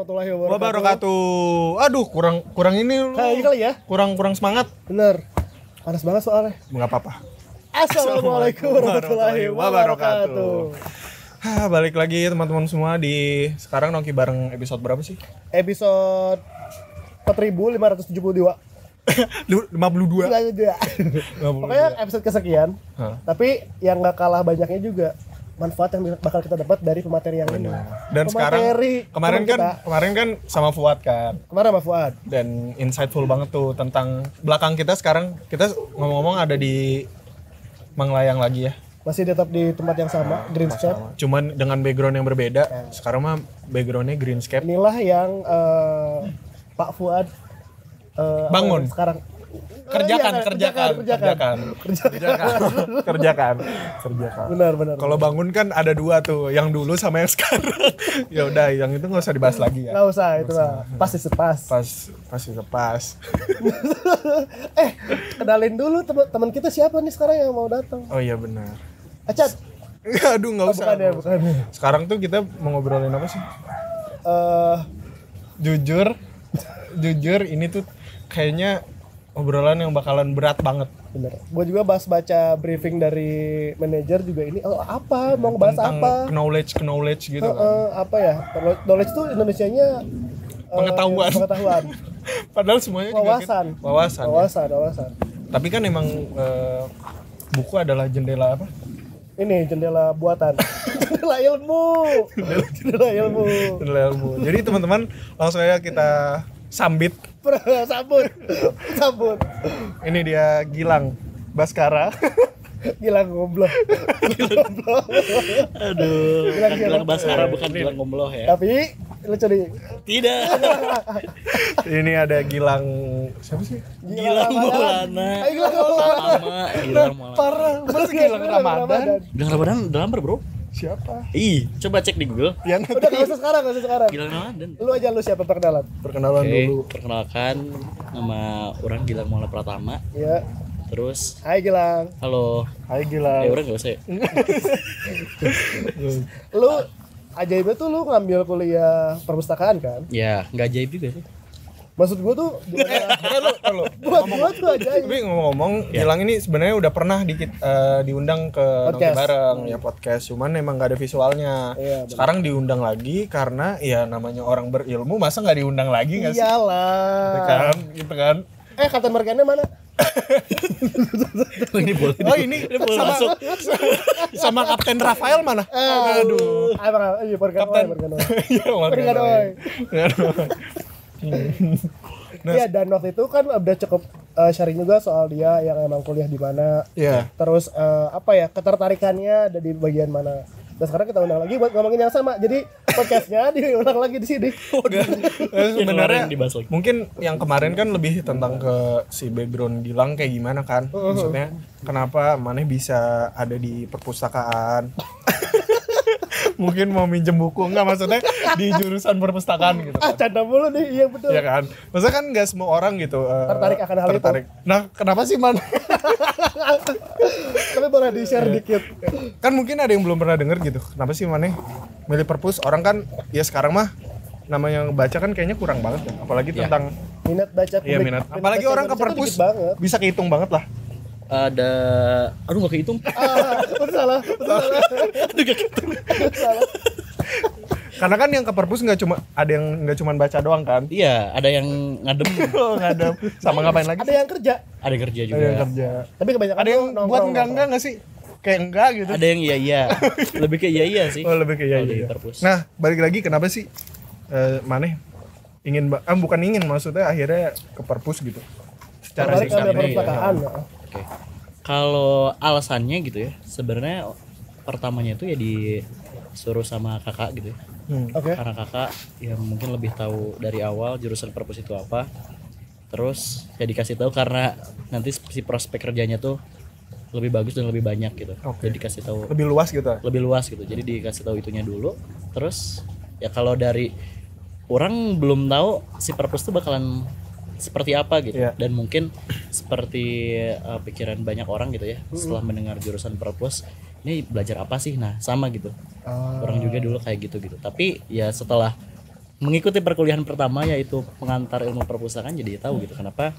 warahmatullahi wabarakatuh. Wabarakatuh. Aduh, kurang ini lu. Kali ya? Kurang semangat. Bener. Panas banget soalnya. Enggak apa-apa. Assalamualaikum warahmatullahi wabarakatuh. Balik lagi teman-teman semua di sekarang Nongki bareng episode berapa sih? Episode 4572. 52. Pokoknya episode kesekian. Tapi yang nggak kalah banyaknya juga manfaat yang bakal kita dapat dari pematerian ini. Dan kemarin kan sama Fuad kan. Kemarin sama Fuad. Dan insightful banget tuh tentang belakang kita sekarang. Kita ngomong-ngomong ada di Manglayang lagi ya. Masih tetap di tempat yang sama, Greenscape. Cuman dengan background yang berbeda. Sekarang mah backgroundnya Greenscape. Inilah yang Pak Fuad bangun sekarang. Kerjakan. Benar. Kalau bangun kan ada dua tuh, yang dulu sama yang sekarang. Ya udah, yang itu nggak usah dibahas lagi ya. Nggak usah, itu lah. Pasti sepas. Kenalin dulu teman kita siapa nih sekarang yang mau datang. Oh iya benar. Acat. Aduh nggak usah. Bukan. Sekarang tuh kita mau ngobrolin apa sih? Jujur ini tuh kayaknya obrolan yang bakalan berat banget. Bener. Gue juga baca briefing dari manajer juga ini. Apa? Mau bahas apa? Knowledge gitu kan. Apa ya? Knowledge tuh Indonesianya pengetahuan. Padahal semuanya wawasan. Tapi kan emang buku adalah jendela apa? Ini jendela buatan. Jendela ilmu. Jadi teman-teman langsung aja kita sambut. Ini dia Gilang Baskara. Gilang goblok. Aduh, Gilang Baskara bukan Gilang goblok ya. Tapi lucu nih. Tidak. Ini ada Gilang siapa sih? Gilang Maulana. Gilang parah. Masih Gilang Ramadan. Gilang Ramadan udah lamar, Bro. Siapa? Coba cek di Google. Udah enggak usah sekarang. Gilang Ramadan. Lu siapa perkenalan? Dulu. Perkenalkan, nama orang Gilang Maulana Pratama. Iya. Terus, hai Gilang. halo. Hai Gilang. Orang enggak usah ya. Lu ajaibnya tuh lu ngambil kuliah perpustakaan kan? Ya, enggak ajaib juga sih. Maksud gua tuh Lu buat gua tuh ajaib. Tapi ngomong-ngomong, Gilang ini sebenarnya udah pernah diundang ke Nongki bareng ya podcast, cuman emang gak ada visualnya. Iya, sekarang diundang lagi karena ya namanya orang berilmu, masa nggak diundang lagi nggak sih? Iyalah. Gitu kan. Kapten Morgana mana? Ini boleh. Oh ini sama Kapten Rafael mana? Aduh. Iya, Morgana. Iya, Morgana. Iya, dan waktu itu kan udah cukup sharing juga soal dia yang emang kuliah di mana. Iya. Terus ketertarikannya ada di bagian mana. Dan sekarang kita undang lagi buat ngomongin yang sama. Jadi podcastnya diulang lagi di sini. Sebenarnya mungkin yang kemarin kan lebih tentang ke si background Gilang kayak gimana kan. Maksudnya kenapa Maneh bisa ada di perpustakaan. Mungkin mau minjem buku, enggak maksudnya di jurusan perpustakaan gitu kan. Canda mulu nih, iya betul. Iya kan, maksudnya kan nggak semua orang gitu tertarik akan hal itu. Nah, kenapa sih Man? Tapi boleh di-share dikit. Kan mungkin ada yang belum pernah denger gitu. Kenapa sih Maneh milih perpus? Orang kan ya sekarang mah namanya baca kan kayaknya kurang banget ya. Apalagi tentang minat baca. Iya, minat. Apalagi orang ke perpus bisa kehitung banget lah. Aduh nggak kehitung. Salah. Karena kan yang ke perpus nggak cuma baca doang kan? Iya, ada yang ngadem. Ngadem. Sama ngapain lagi? Ada yang kerja. Ada kerja juga. Ada yang kerja. Tapi kebanyakan ada yang buat enggak nggak sih? Kayak enggak gitu. Ada yang iya. Lebih ke iya sih. Oh, lebih ke iya. Nah, balik lagi kenapa sih Maneh bukan ingin maksudnya akhirnya ke perpus gitu. Secara singkat ini. Oke. Kalau alasannya gitu ya, sebenarnya pertamanya itu ya disuruh sama kakak gitu ya. Karena kakak yang mungkin lebih tahu dari awal jurusan perpus itu apa. Terus ya dikasih tahu karena nanti si prospek kerjanya tuh lebih bagus dan lebih banyak gitu. Jadi dikasih tahu lebih luas gitu. Jadi dikasih tahu itunya dulu. Terus ya kalau dari orang belum tahu si perpus tuh bakalan seperti apa gitu. Dan mungkin seperti pikiran banyak orang gitu ya, setelah mendengar jurusan perpus ini belajar apa sih, nah sama gitu. Orang juga dulu kayak gitu. Tapi ya setelah mengikuti perkuliahan pertama yaitu pengantar ilmu perpustakaan, jadi tahu gitu kenapa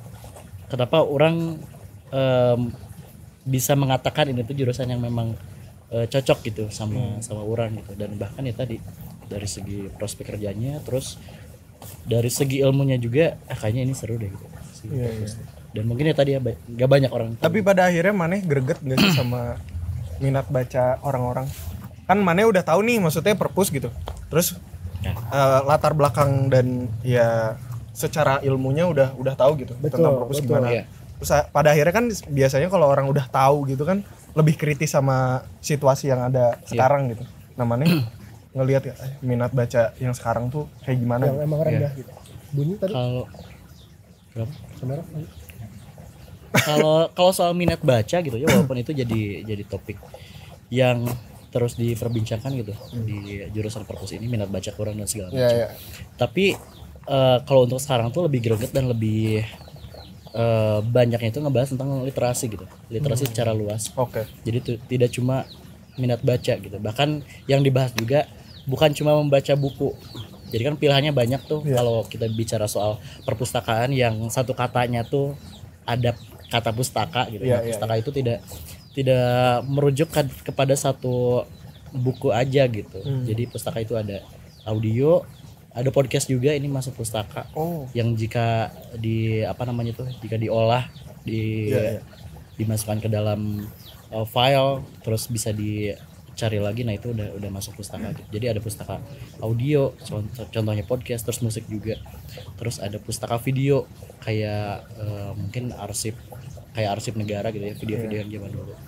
orang bisa mengatakan ini tuh jurusan yang memang cocok gitu sama orang gitu. Dan bahkan ya tadi dari segi prospek kerjanya, terus dari segi ilmunya juga kayaknya ini seru deh gitu. Dan mungkin ya tadi ya gak banyak orang tahu. Tapi pada akhirnya maneh greget gak sih sama minat baca orang-orang? Kan maneh udah tahu nih maksudnya perpus gitu. Terus latar belakang dan ya secara ilmunya udah tahu gitu tentang perpus gimana. Iya. Terus pada akhirnya kan biasanya kalau orang udah tahu gitu kan lebih kritis sama situasi yang ada sekarang gitu. Nah maneh ngelihat ya minat baca yang sekarang tuh kayak gimana? Yang emang rendah gitu. Bunyi tadi. Kalau soal minat baca gitu ya, walaupun itu jadi topik yang terus diperbincangkan gitu di jurusan perpus ini, minat baca kurang dan segala macam. Tapi kalau untuk sekarang tuh lebih greget dan lebih banyaknya itu ngebahas tentang literasi gitu, literasi secara luas. Jadi tidak cuma minat baca gitu, bahkan yang dibahas juga bukan cuma membaca buku. Jadi kan pilihannya banyak tuh. Kalau kita bicara soal perpustakaan yang satu katanya tuh ada kata pustaka gitu. Pustaka itu tidak merujuk kepada satu buku aja gitu. Jadi pustaka itu ada audio, ada podcast juga, ini masuk pustaka. Yang jika jika diolah dimasukkan ke dalam file terus bisa dicari lagi, nah itu udah masuk pustaka gitu. Jadi ada pustaka audio, contohnya podcast, terus musik juga. Terus ada pustaka video kayak mungkin arsip negara gitu ya, video-video yang zaman dulu.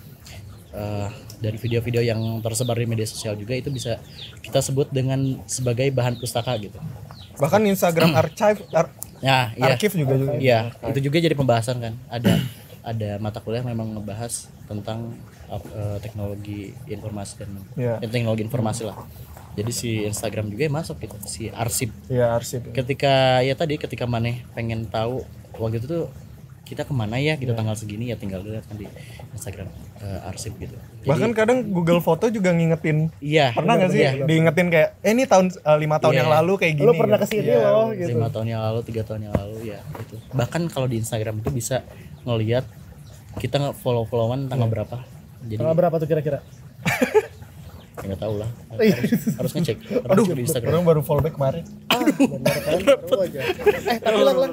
Dan video-video yang tersebar di media sosial juga itu bisa kita sebut dengan sebagai bahan pustaka gitu. Bahkan Instagram archive archive juga. Iya, itu juga jadi pembahasan kan. Ada mata kuliah memang ngebahas tentang teknologi informasi dan teknologi informasi lah. Jadi si Instagram juga masuk gitu, si arsip. Iya, arsip. Ketika maneh pengen tahu waktu itu tuh kita kemana ya gitu tanggal segini, ya tinggal lihat kan di Instagram arsip gitu. Jadi, bahkan kadang Google Foto juga ngingetin. Pernah nggak sih diingetin kayak ini tahun 5 tahun yang lalu kayak gini. Lo pernah kesini loh gitu. 5 tahun yang lalu, 3 tahun yang lalu ya itu. Bahkan kalau di Instagram itu bisa ngelihat kita follow-followan tanggal berapa. Jadi tanggal berapa tuh kira-kira? Nggak tahu lah, harus ngecek. Di Instagram. Orang baru follow back kemarin. Benar kan, baru aja. Tapi lang.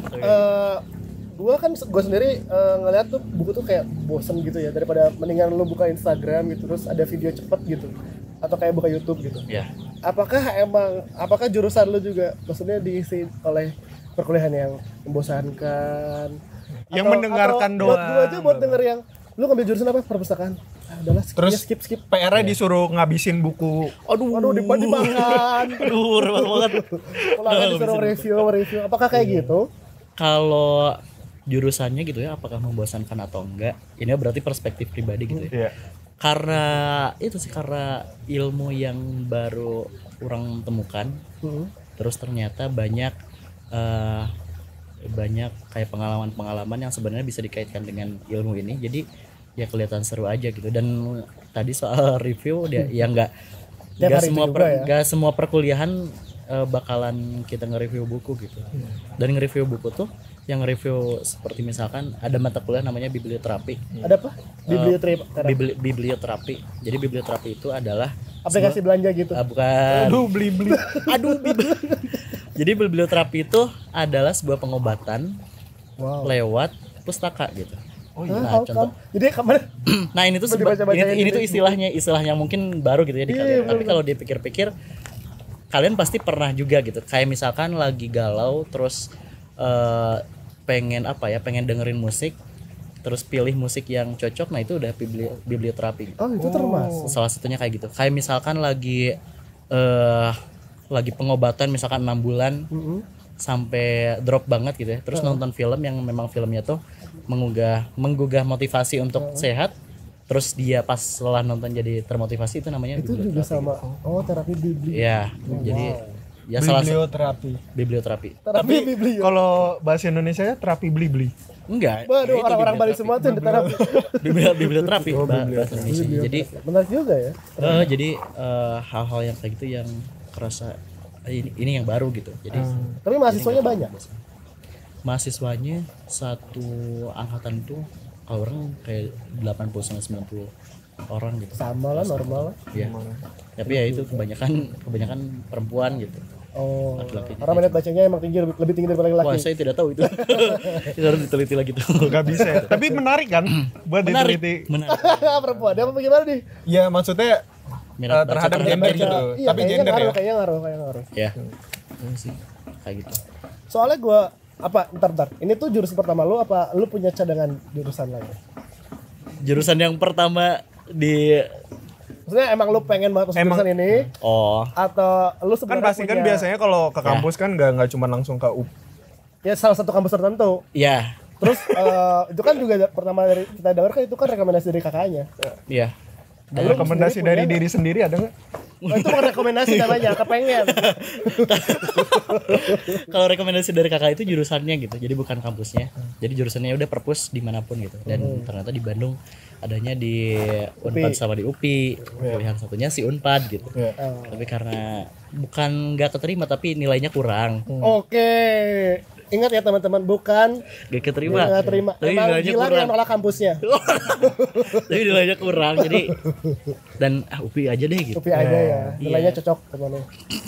Gue sendiri ngeliat tuh buku tuh kayak bosen gitu ya, daripada mendingan lu buka Instagram gitu terus ada video cepet gitu, atau kayak buka YouTube gitu. Apakah jurusan lu juga maksudnya diisi oleh perkuliahan yang membosankan? Yang mendengarkan doang. Buat denger yang lu ngambil jurusan apa? Perpustakaan. Udahlah, skip. PR-nya disuruh ngabisin buku. Aduh dimakan. Aduh, repot banget. Ulangan disuruh review. Apakah kayak gitu? Kalau jurusannya gitu ya, apakah membosankan atau enggak? Ini berarti perspektif pribadi gitu ya. Karena ilmu yang baru orang temukan. Terus ternyata banyak kayak pengalaman yang sebenarnya bisa dikaitkan dengan ilmu ini. Jadi ya kelihatan seru aja gitu. Dan tadi soal review ya enggak semua perkuliahan bakalan kita nge-review buku gitu. Dan nge-review buku tuh yang nge-review seperti misalkan ada mata kuliah namanya biblioterapi. Ada apa? Biblioterapi. Jadi biblioterapi itu adalah aplikasi belanja gitu. Bukan. Beli. Jadi biblioterapi itu adalah sebuah pengobatan lewat pustaka gitu. Contoh. Jadi kemarin. Nah ini tuh ini tuh istilahnya mungkin baru gitu ya di kalian. Tapi kalau dipikir-pikir kalian pasti pernah juga gitu. Kayak misalkan lagi galau terus pengen dengerin musik, terus pilih musik yang cocok, nah itu udah biblioterapi. Itu termasuk. Salah satunya kayak gitu. Kayak misalkan lagi pengobatan misalkan 6 bulan sampai drop banget gitu ya. Terus nonton film yang memang filmnya tuh menggugah motivasi untuk sehat. Terus dia pas setelah nonton jadi termotivasi, itu namanya itu juga sama. Terapi bibli. Iya, jadi ya biblioterapi. Tapi kalau bahasa Indonesia ya terapi beli. Enggak. Waduh, orang-orang Bali semua tuh yang diterapi. Biblioterapi bahasa Indonesia. Jadi benar juga ya. Jadi hal-hal yang kayak gitu yang kerasa ini yang baru gitu. Jadi tapi mahasiswanya banyak. Mahasiswanya satu angkatan itu kalau orang kayak 80 sampai 90 orang gitu. Sama lah, normal lah. Iya. Tapi ya itu kebanyakan perempuan gitu. Oh, laki-laki orang minat bacanya emang tinggi, lebih tinggi daripada laki-laki. Wah, saya tidak tahu itu. Itu harus diteliti lagi tuh. Gak bisa ya. Tapi menarik kan buat diteliti. Menarik. Perempuan dia apa bagaimana nih? Ya maksudnya Minat baca terhadap terhadap gender baca. gitu. Iya, Tapi gender ya. Kayaknya ngaruh. Ya. Sih. Kayak gitu. Soalnya gua ntar. Ini tuh jurusan pertama lu apa lu punya cadangan jurusan lain? Jurusan yang pertama di Maksudnya emang lu pengen banget masuk jurusan ini? Oh. Atau lu Kan sebenarnya pasti kan biasanya kalau ke kampus kan nggak cuma langsung ke UP. ya salah satu kampus tertentu. Iya. Terus itu kan juga pertama dari kita dengar kan itu kan rekomendasi dari kakaknya. Iya. Lu Rekomendasi sendiri dari punya diri sendiri ada nggak? Oh, itu bukan rekomendasi namanya, kepengen. Kalau rekomendasi dari kakak itu jurusannya gitu, jadi bukan kampusnya. Jadi jurusannya udah perpus dimanapun gitu. Dan ternyata di Bandung adanya di Unpad sama di UPI. Pilihan satunya si Unpad gitu. Tapi karena bukan nggak keterima tapi nilainya kurang, Oke. Ingat ya teman-teman, bukan nggak keterima. nggak terima. Tapi Emang nilainya gila kurang. yang nolak kampusnya. Tapi nilainya kurang jadi dan UPI aja deh gitu. UPI aja ya. Nilainya Iya. cocok teman lu.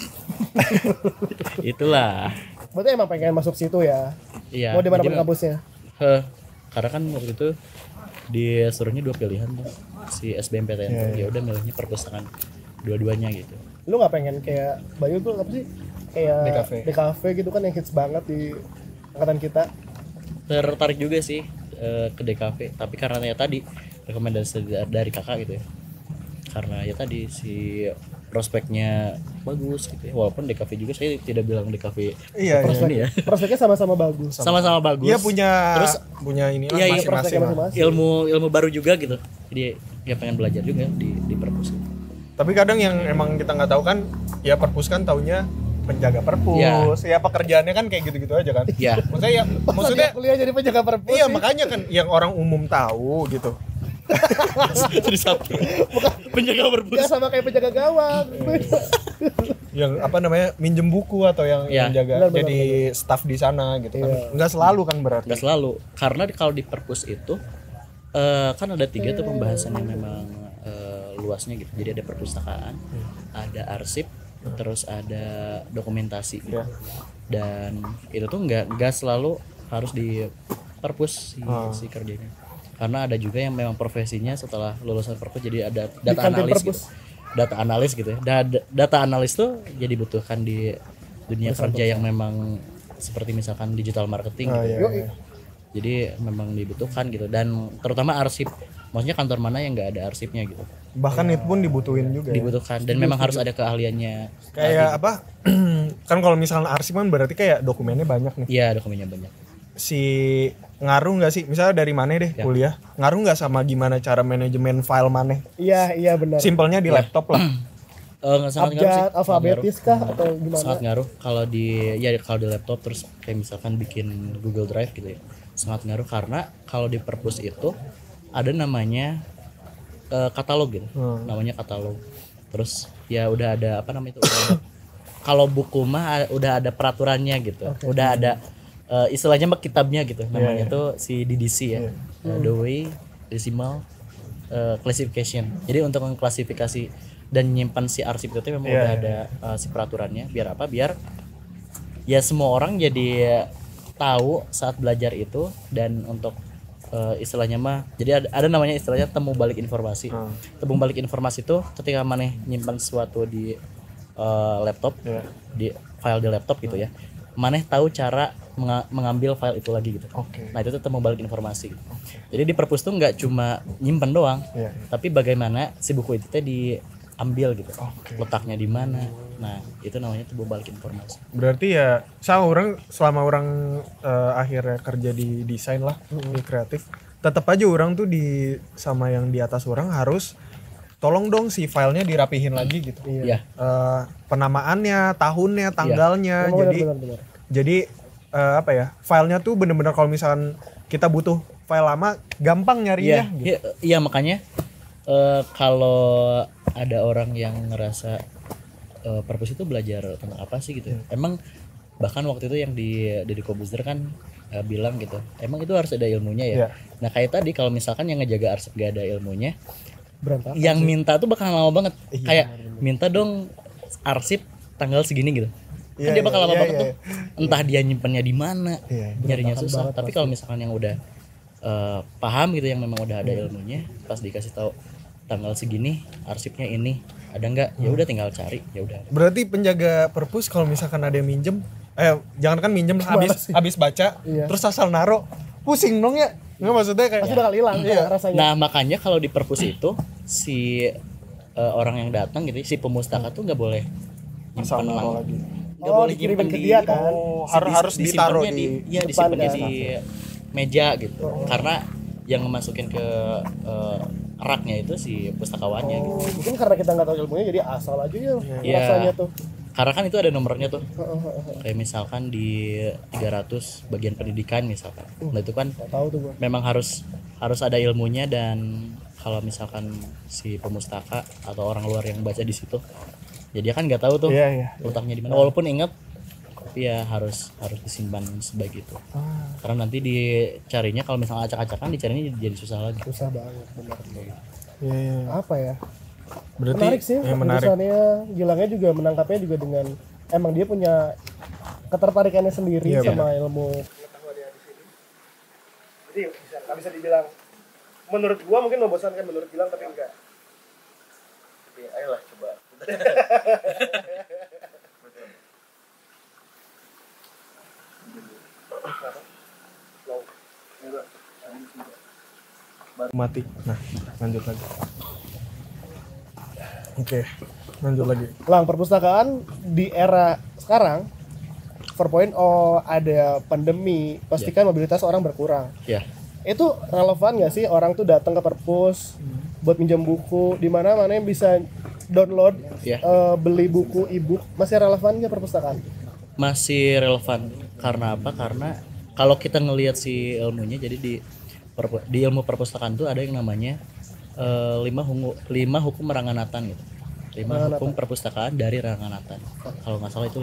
Itulah. Berarti emang pengen masuk situ ya. Iya. Mau di mana pun jadi- kampusnya. Karena kan waktu itu disuruhnya 2 pilihan tuh si SBMPTN tuh. Ya udah milihnya perpustakaan dua-duanya gitu. Lu nggak pengen kayak Bayu tuh apa sih? Kayak DKV gitu kan yang hits banget di angkatan kita. Tertarik juga sih ke DKV, tapi karena ya tadi rekomendasi dari kakak gitu ya. Karena ya tadi si prospeknya bagus gitu ya. Walaupun DKV juga saya tidak bilang DKV Iya. ini ya. Prospeknya sama-sama bagus. Sama-sama bagus. Dia punya Terus inilah iya, masing-masing. prospeknya masing-masing. ilmu baru juga gitu. Jadi dia pengen belajar juga di perpus. Tapi kadang yang emang kita nggak tahu kan, ya perpus kan taunya penjaga perpus. Ya pekerjaannya kan kayak gitu-gitu aja kan. Iya. Maksudnya Kuliah jadi penjaga perpus. iya sih. makanya kan yang orang umum tahu gitu. Jadi satu. Penjaga perpus. Nggak sama kayak penjaga gawang. Yang apa namanya minjem buku atau yang Iya. jaga Benar, jadi staff di sana gitu kan. Iya. Nggak selalu kan berarti. Nggak selalu, karena kalau di perpus itu kan ada 3 tuh pembahasan yang memang luasnya gitu. Jadi ada perpustakaan, ada arsip, terus ada dokumentasi gitu. Dan itu tuh nggak selalu harus di perpus si kerjanya, karena ada juga yang memang profesinya setelah lulusan perpus jadi ada data kantin analis perpus. gitu. Data analis gitu ya. Data analis tuh jadi butuhkan di dunia kerja yang memang seperti misalkan digital marketing gitu. Iya. Yoi. Jadi memang dibutuhkan gitu, dan terutama arsip, maksudnya kantor mana yang nggak ada arsipnya gitu, Bahkan itu pun dibutuhin juga. Ya. dibutuhkan dan memang harus ada keahliannya. Kayak apa? Kan kalau misalnya arsip kan berarti kayak dokumennya banyak nih. Iya, dokumennya banyak. Si ngaruh nggak sih? Misalnya dari mana deh kuliah? Ngaruh nggak sama gimana cara manajemen file mana? Iya benar. Simpelnya di laptop lah. Sangat ngaruh sih. Abjad, alfabetis kah atau gimana? Sangat ngaruh kalau di laptop, terus kayak misalkan bikin Google Drive gitu ya. Sangat ngaruh karena kalau di perpus itu ada namanya katalog gitu. Namanya katalog. Terus ya udah ada apa namanya itu? Kalau buku mah udah ada peraturannya gitu. Udah ada istilahnya mah kitabnya gitu. Namanya tuh si DDC ya. Dewey Decimal Classification. Jadi untuk mengklasifikasi dan nyimpan si arsip itu memang udah ada si peraturannya. Biar apa? Biar ya semua orang jadi tahu saat belajar itu, dan untuk istilahnya mah jadi ada namanya istilahnya temu balik informasi. Temu balik informasi itu ketika maneh nyimpan sesuatu di laptop, di file di laptop gitu ya, maneh tahu cara mengambil file itu lagi gitu. Nah itu tuh temu balik informasi gitu. Jadi di perpus tuh nggak cuma nyimpen doang, tapi bagaimana si buku itu teh diambil gitu, letaknya di mana. Nah itu namanya temu balik informasi. Berarti ya selama orang akhirnya kerja di desain lah, di kreatif, tetap aja orang tuh sama yang di atas orang harus tolong dong si filenya dirapihin lagi gitu. Iya. Penamaannya, tahunnya, tanggalnya. Benar. Jadi apa ya? Filenya tuh bener-bener kalau misalkan kita butuh file lama, gampang nyarinya. Gitu. Iya makanya kalau ada orang yang ngerasa perpus itu belajar tentang apa sih gitu. Emang bahkan waktu itu yang di Deddy Corbuzier kan bilang gitu, emang itu harus ada ilmunya ya. Nah kayak tadi kalau misalkan yang ngejaga arsip gak ada ilmunya, berantakan yang sih. Minta tuh bakal lama banget. Kayak minta dong arsip tanggal segini gitu. Kan dia bakal lama banget tuh. Entah dia nyimpennya di mana, nyarinya susah. Tapi kalau misalkan yang udah paham gitu, yang memang udah ada ilmunya, pas dikasih tahu tanggal segini arsipnya ini ada nggak, ya udah tinggal cari, ya udah. Berarti penjaga perpus kalau misalkan ada yang minjem, jangan kan minjem habis baca, terus asal naro, pusing dong ya. Nggak, maksudnya kayak pasti bakal hilang rasanya. Nah makanya kalau di perpus itu si orang yang datang gitu, si pemustaka tuh nggak boleh asal naro lagi. Nggak boleh dikirimin ke dia kan. Harus ditaruh disimpannya di meja gitu. Karena yang memasukin ke raknya itu si pustakawannya gitu. Mungkin karena kita nggak tahu ilmunya jadi asal aja ya rasanya tuh. Karena kan itu ada nomornya tuh. Kayak misalkan di 300 bagian pendidikan misalkan. Nah itu kan tahu tuh gua. Memang harus ada ilmunya, dan kalau misalkan si pemustaka atau orang luar yang baca di situ, ya dia kan nggak tahu tuh letaknya di mana. Walaupun ingat, tapi ya harus disimpan sebaik itu. Karena nanti dicarinya kalau misalnya acak-acakan, dicarinya jadi susah lagi. Susah banget benar. Apa ya? Berarti menarik sih penjelasannya. Gilangnya juga menangkapnya juga dengan emang dia punya ketertarikannya sendiri sama ilmu pengetahuannya di sini. Jadi nggak bisa dibilang, menurut gua mungkin membosankan menurut Gilang, tapi enggak. Tapi ayolah coba. Baru mati. Nah, lanjut lagi. Oke, lanjut lagi. Lang, perpustakaan di era sekarang 4.0 ada pandemi, pastikan mobilitas orang berkurang. Itu relevan nggak sih orang tuh datang ke perpus buat minjem buku, di mana yang bisa download, beli buku e-book? Masih relevan nggak perpustakaan? Masih relevan. Karena apa? Karena kalau kita ngelihat si ilmunya, jadi di ilmu perpustakaan tuh ada yang namanya 5 hukum Ranganathan gitu. 5 hukum perpustakaan dari Ranganathan. Kalau nggak salah itu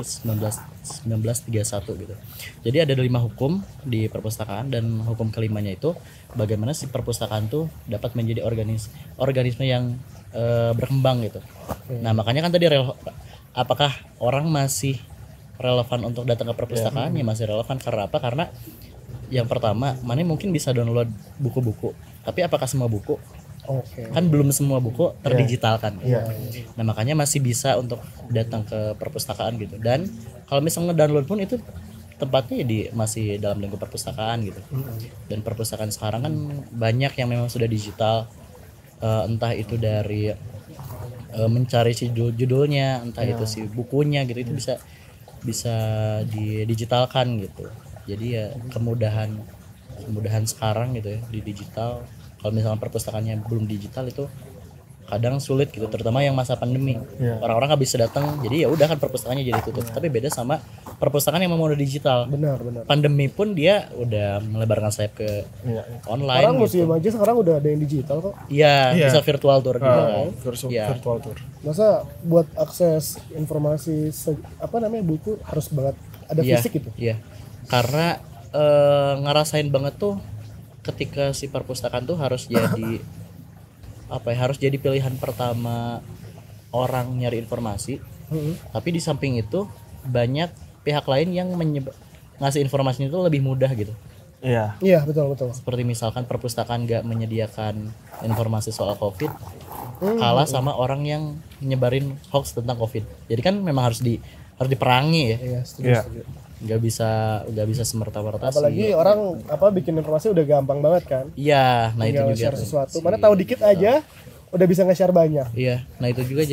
1931 gitu. Jadi ada 5 hukum di perpustakaan, dan hukum kelimanya itu bagaimana si perpustakaan tuh dapat menjadi organisme yang berkembang gitu. Nah makanya kan tadi apakah orang masih relevan untuk datang ke perpustakaan? Ya masih relevan. Karena apa? Karena yang pertama, mana mungkin bisa download buku-buku, tapi apakah semua buku? Kan belum semua buku terdigitalkan. Nah makanya masih bisa untuk datang ke perpustakaan gitu. Dan kalau misalnya download pun itu tempatnya masih dalam lingkup perpustakaan gitu. Dan perpustakaan sekarang kan banyak yang memang sudah digital, entah itu dari mencari si judulnya, entah itu si bukunya gitu, itu bisa didigitalkan gitu. Jadi ya kemudahan sekarang gitu ya di digital. Kalau misalnya perpustakaannya belum digital itu kadang sulit gitu, terutama yang masa pandemi. Orang-orang nggak bisa datang, jadi ya udah kan perpustakaannya jadi tutup. Tapi beda sama perpustakaan yang memang udah digital. Benar. Pandemi pun dia udah melebarkan sayap ke online. Sekarang museum aja sekarang udah ada yang digital kok. Iya, bisa virtual tour juga kan. Virtual tour. Masa buat akses informasi buku harus banget ada fisik gitu. Iya. Karena ngerasain banget tuh ketika si perpustakaan tuh harus jadi harus jadi pilihan pertama orang nyari informasi. Tapi di samping itu banyak pihak lain yang ngasih informasinya itu lebih mudah gitu. Iya betul. Seperti misalkan perpustakaan nggak menyediakan informasi soal COVID, kalah sama orang yang nyebarin hoax tentang COVID. Jadi kan memang harus diperangi ya. Iya, setuju. Nggak bisa semerta-merta. Apalagi orang bikin informasi udah gampang banget kan. Iya, nah itu juga share sesuatu. Mana tahu dikit aja udah bisa nge-share banyak. Iya, nah itu juga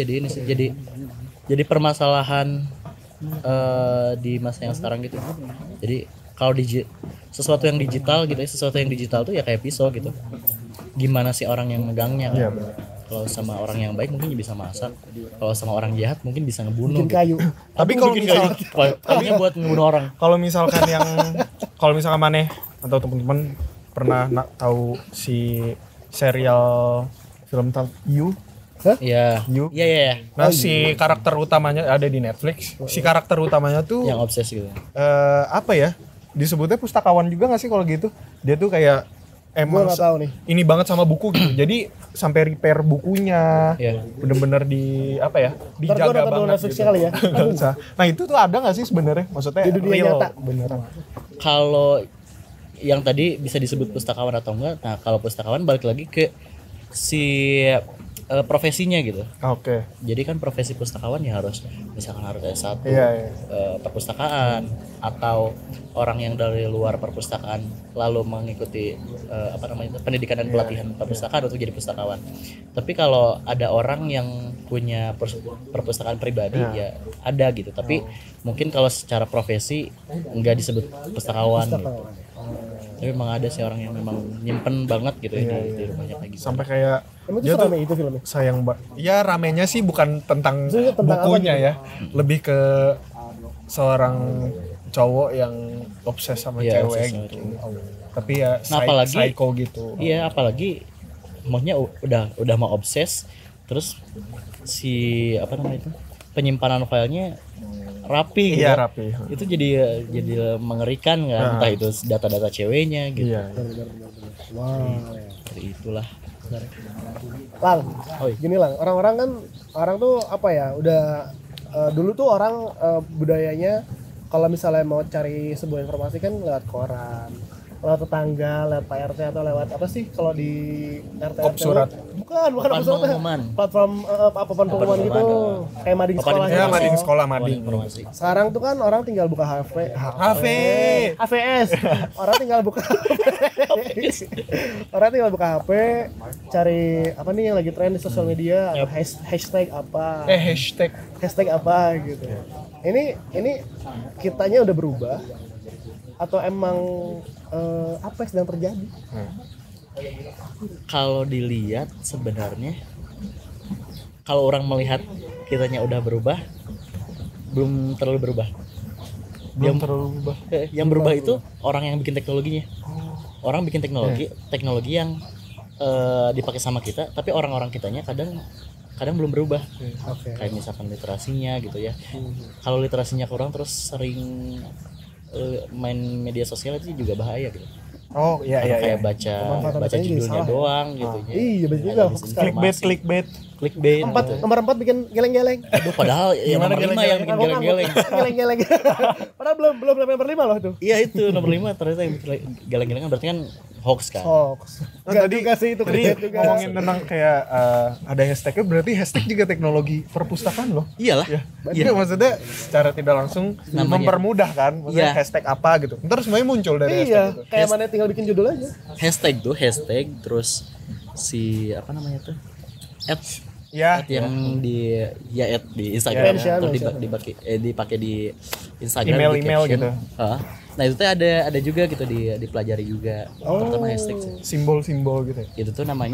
jadi permasalahan di masa yang sekarang gitu. Jadi kalau sesuatu yang digital gitu ya, sesuatu yang digital tuh ya kayak pisau gitu. Gimana sih orang yang megangnya kan? Kalau sama orang yang baik mungkin bisa masak. Kalau sama orang jahat mungkin bisa ngebunuh. Bikin kayu. Tapi kalau misalkan buat ngebunuh orang. Kalau misalkan Maneh atau teman-teman pernah tahu si serial film tentang You Hah? Iya. Iya. Nah, si karakter utamanya ada di Netflix. Si karakter utamanya tuh Yang obses gitu. Apa ya? Disebutnya pustakawan juga nggak sih kalau gitu? Dia tuh kayak emang Gua nggak tahu nih. ini banget sama buku gitu. Jadi sampai repair bukunya. Iya. Bener-bener di apa ya? Ntar gua Dijaga nonton banget Netflix gitu. kali ya. Nggak usah. Nah, itu tuh ada nggak sih sebenarnya? Maksudnya Di dunia real nyata. beneran. Kalau yang tadi bisa disebut pustakawan atau enggak, nah kalau pustakawan balik lagi ke si profesinya gitu. Oke. Jadi kan profesi pustakawan ya harus misalkan harus S1 Iya. perpustakaan, atau orang yang dari luar perpustakaan lalu mengikuti pendidikan dan pelatihan perpustakaan untuk jadi pustakawan. Tapi kalau ada orang yang punya perpustakaan pribadi ya ada gitu. Tapi mungkin kalau secara profesi enggak disebut pustakawan gitu. Tapi memang ada sih orang yang memang nyimpen banget gitu ya di rumahnya kayak gitu. Sampai kayak Emang dia itu rame itu filmnya? sayang ya ramenya sih bukan tentang Maksudnya tentang bukunya apa ya, lebih ke seorang cowok yang obses sama Iya, cewek obses sama gitu. cewek. Tapi ya Nah, apalagi- psycho gitu. Iya, apalagi maunya udah mau obses, terus si penyimpanan filenya rapi gitu. Iya, rapi. Itu jadi mengerikan kan, entah itu data-data ceweknya gitu. Iya. Wow. Jadi itulah. Lang, Oi. gini Lang, orang tuh apa ya, udah dulu tuh orang budayanya kalau misalnya mau cari sebuah informasi kan lewat koran, lewat tetangga, lewat Pak RT atau lewat apa sih kalau di RT Kop surat. bukan Platform surat, pengumuman. platform pengumuman gitu, kayak mading sekolah Ya, gitu. mading sekolah, mading. Informasi. Sekarang tuh kan orang tinggal buka HVS, orang tinggal buka orang tinggal buka HP, cari apa nih yang lagi tren di sosial media, hashtag apa, hashtag apa gitu. Ini kitanya udah berubah atau emang apa yang sedang terjadi? Kalau dilihat sebenarnya, kalau orang melihat kitanya udah berubah, belum terlalu berubah. Yang berubah itu orang yang bikin teknologinya. Orang bikin teknologi yang dipakai sama kita, tapi orang-orang kitanya kadang belum berubah. Kayak misalkan literasinya gitu ya. Kalau literasinya kurang terus sering main media sosial itu juga bahaya gitu. Oh iya iya. Kayak baca judulnya doang gitu. Iya betul juga. Clickbait. Nomor 4 bikin geleng-geleng. Aduh, padahal ya nomor 5 yang bikin geleng-geleng. Geleng-geleng. Padahal belum nomor 5 loh itu. Iya itu nomor 5 ternyata yang bikin geleng-geleng berarti kan hoax kan. Hoax. Enggak juga sih itu Tadi juga. ngomongin tentang kayak ada hashtagnya, berarti hashtag juga teknologi perpustakaan loh. Iyalah. Ya. Iya, maksudnya secara tidak langsung mempermudah kan, maksudnya hashtag apa gitu. Ntar semuanya muncul dari hashtag itu. Kayak mana tinggal bikin judul aja. Hashtag terus si apa namanya tuh? Ya. Yang di Instagram atau dipakai di Instagram Email di caption. gitu. Nah itu tuh ada juga gitu dipelajari juga. Pertama hashtag sih. Simbol-simbol gitu. Itu tuh namanya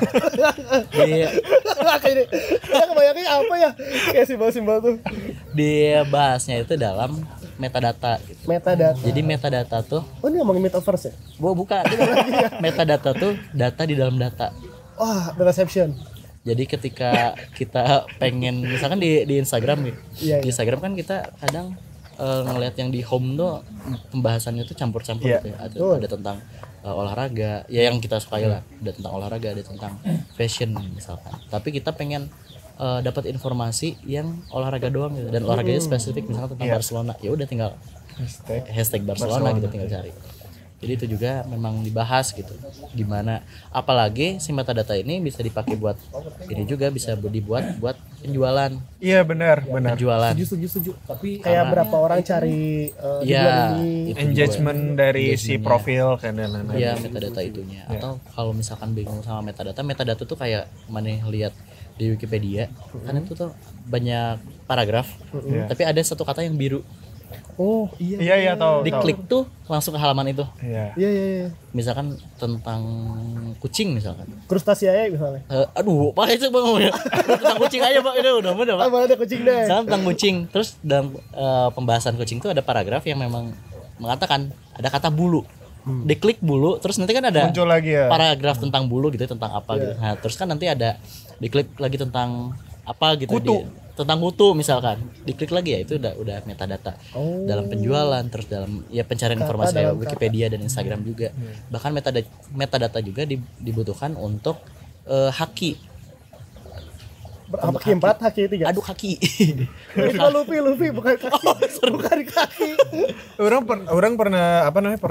Kayak kebayangnya apa ya? Kayak simbol-simbol tuh. dibahasnya itu dalam metadata gitu. Metadata. Jadi metadata tuh Oh, ini ngomongin metaverse ya? bukan. Metadata tuh data di dalam data. Wah, dataception. Jadi ketika kita pengen misalkan di Instagram gitu. Iya. Di Instagram kan kita kadang ngelihat yang di home tuh pembahasannya tuh campur-campur gitu ya. Ada tentang olahraga, ya yang kita sukai lah. Ada tentang olahraga, ada tentang fashion misalkan. Tapi kita pengen dapat informasi yang olahraga doang gitu, dan olahraganya spesifik misalkan tentang Barcelona. Ya udah tinggal hashtag Barcelona gitu tinggal cari. Jadi itu juga memang dibahas gitu. Gimana apalagi si metadata ini bisa dipakai buat ini juga bisa dibuat buat penjualan. Iya benar. Penjualan. Setuju. Tapi kayak berapa orang cari ya, ini. Engagement dari si profil kan dan lain-lain. Iya, metadata itunya. Atau kalau misalkan bingung sama metadata tuh kayak mana lihat di Wikipedia, kan itu tuh banyak paragraf, tapi ada satu kata yang biru. Oh, Iya tahu. Diklik tuh langsung ke halaman itu. Iya. Misalkan tentang kucing misalkan. Krustasiae misalnya. Aduh, Pak itu Bang ya. Tentang kucing aja Pak, udah Pak. Apa ada kucing deh. Misalkan tentang kucing, terus dalam pembahasan kucing tuh ada paragraf yang memang mengatakan ada kata bulu. diklik bulu, terus nanti kan ada muncul lagi ya paragraf tentang bulu gitu, tentang apa gitu. Nah terus kan nanti ada diklik lagi tentang apa gitu, tentang kutu misalkan, diklik lagi ya itu udah metadata dalam penjualan, terus dalam ya pencarian informasi ya, Wikipedia dan Instagram juga. Bahkan metadata juga dibutuhkan untuk haki. Apa haki 4, haki 3? Aduh haki. Itu Luffy bukan kaki. Bukan kaki. Orang pernah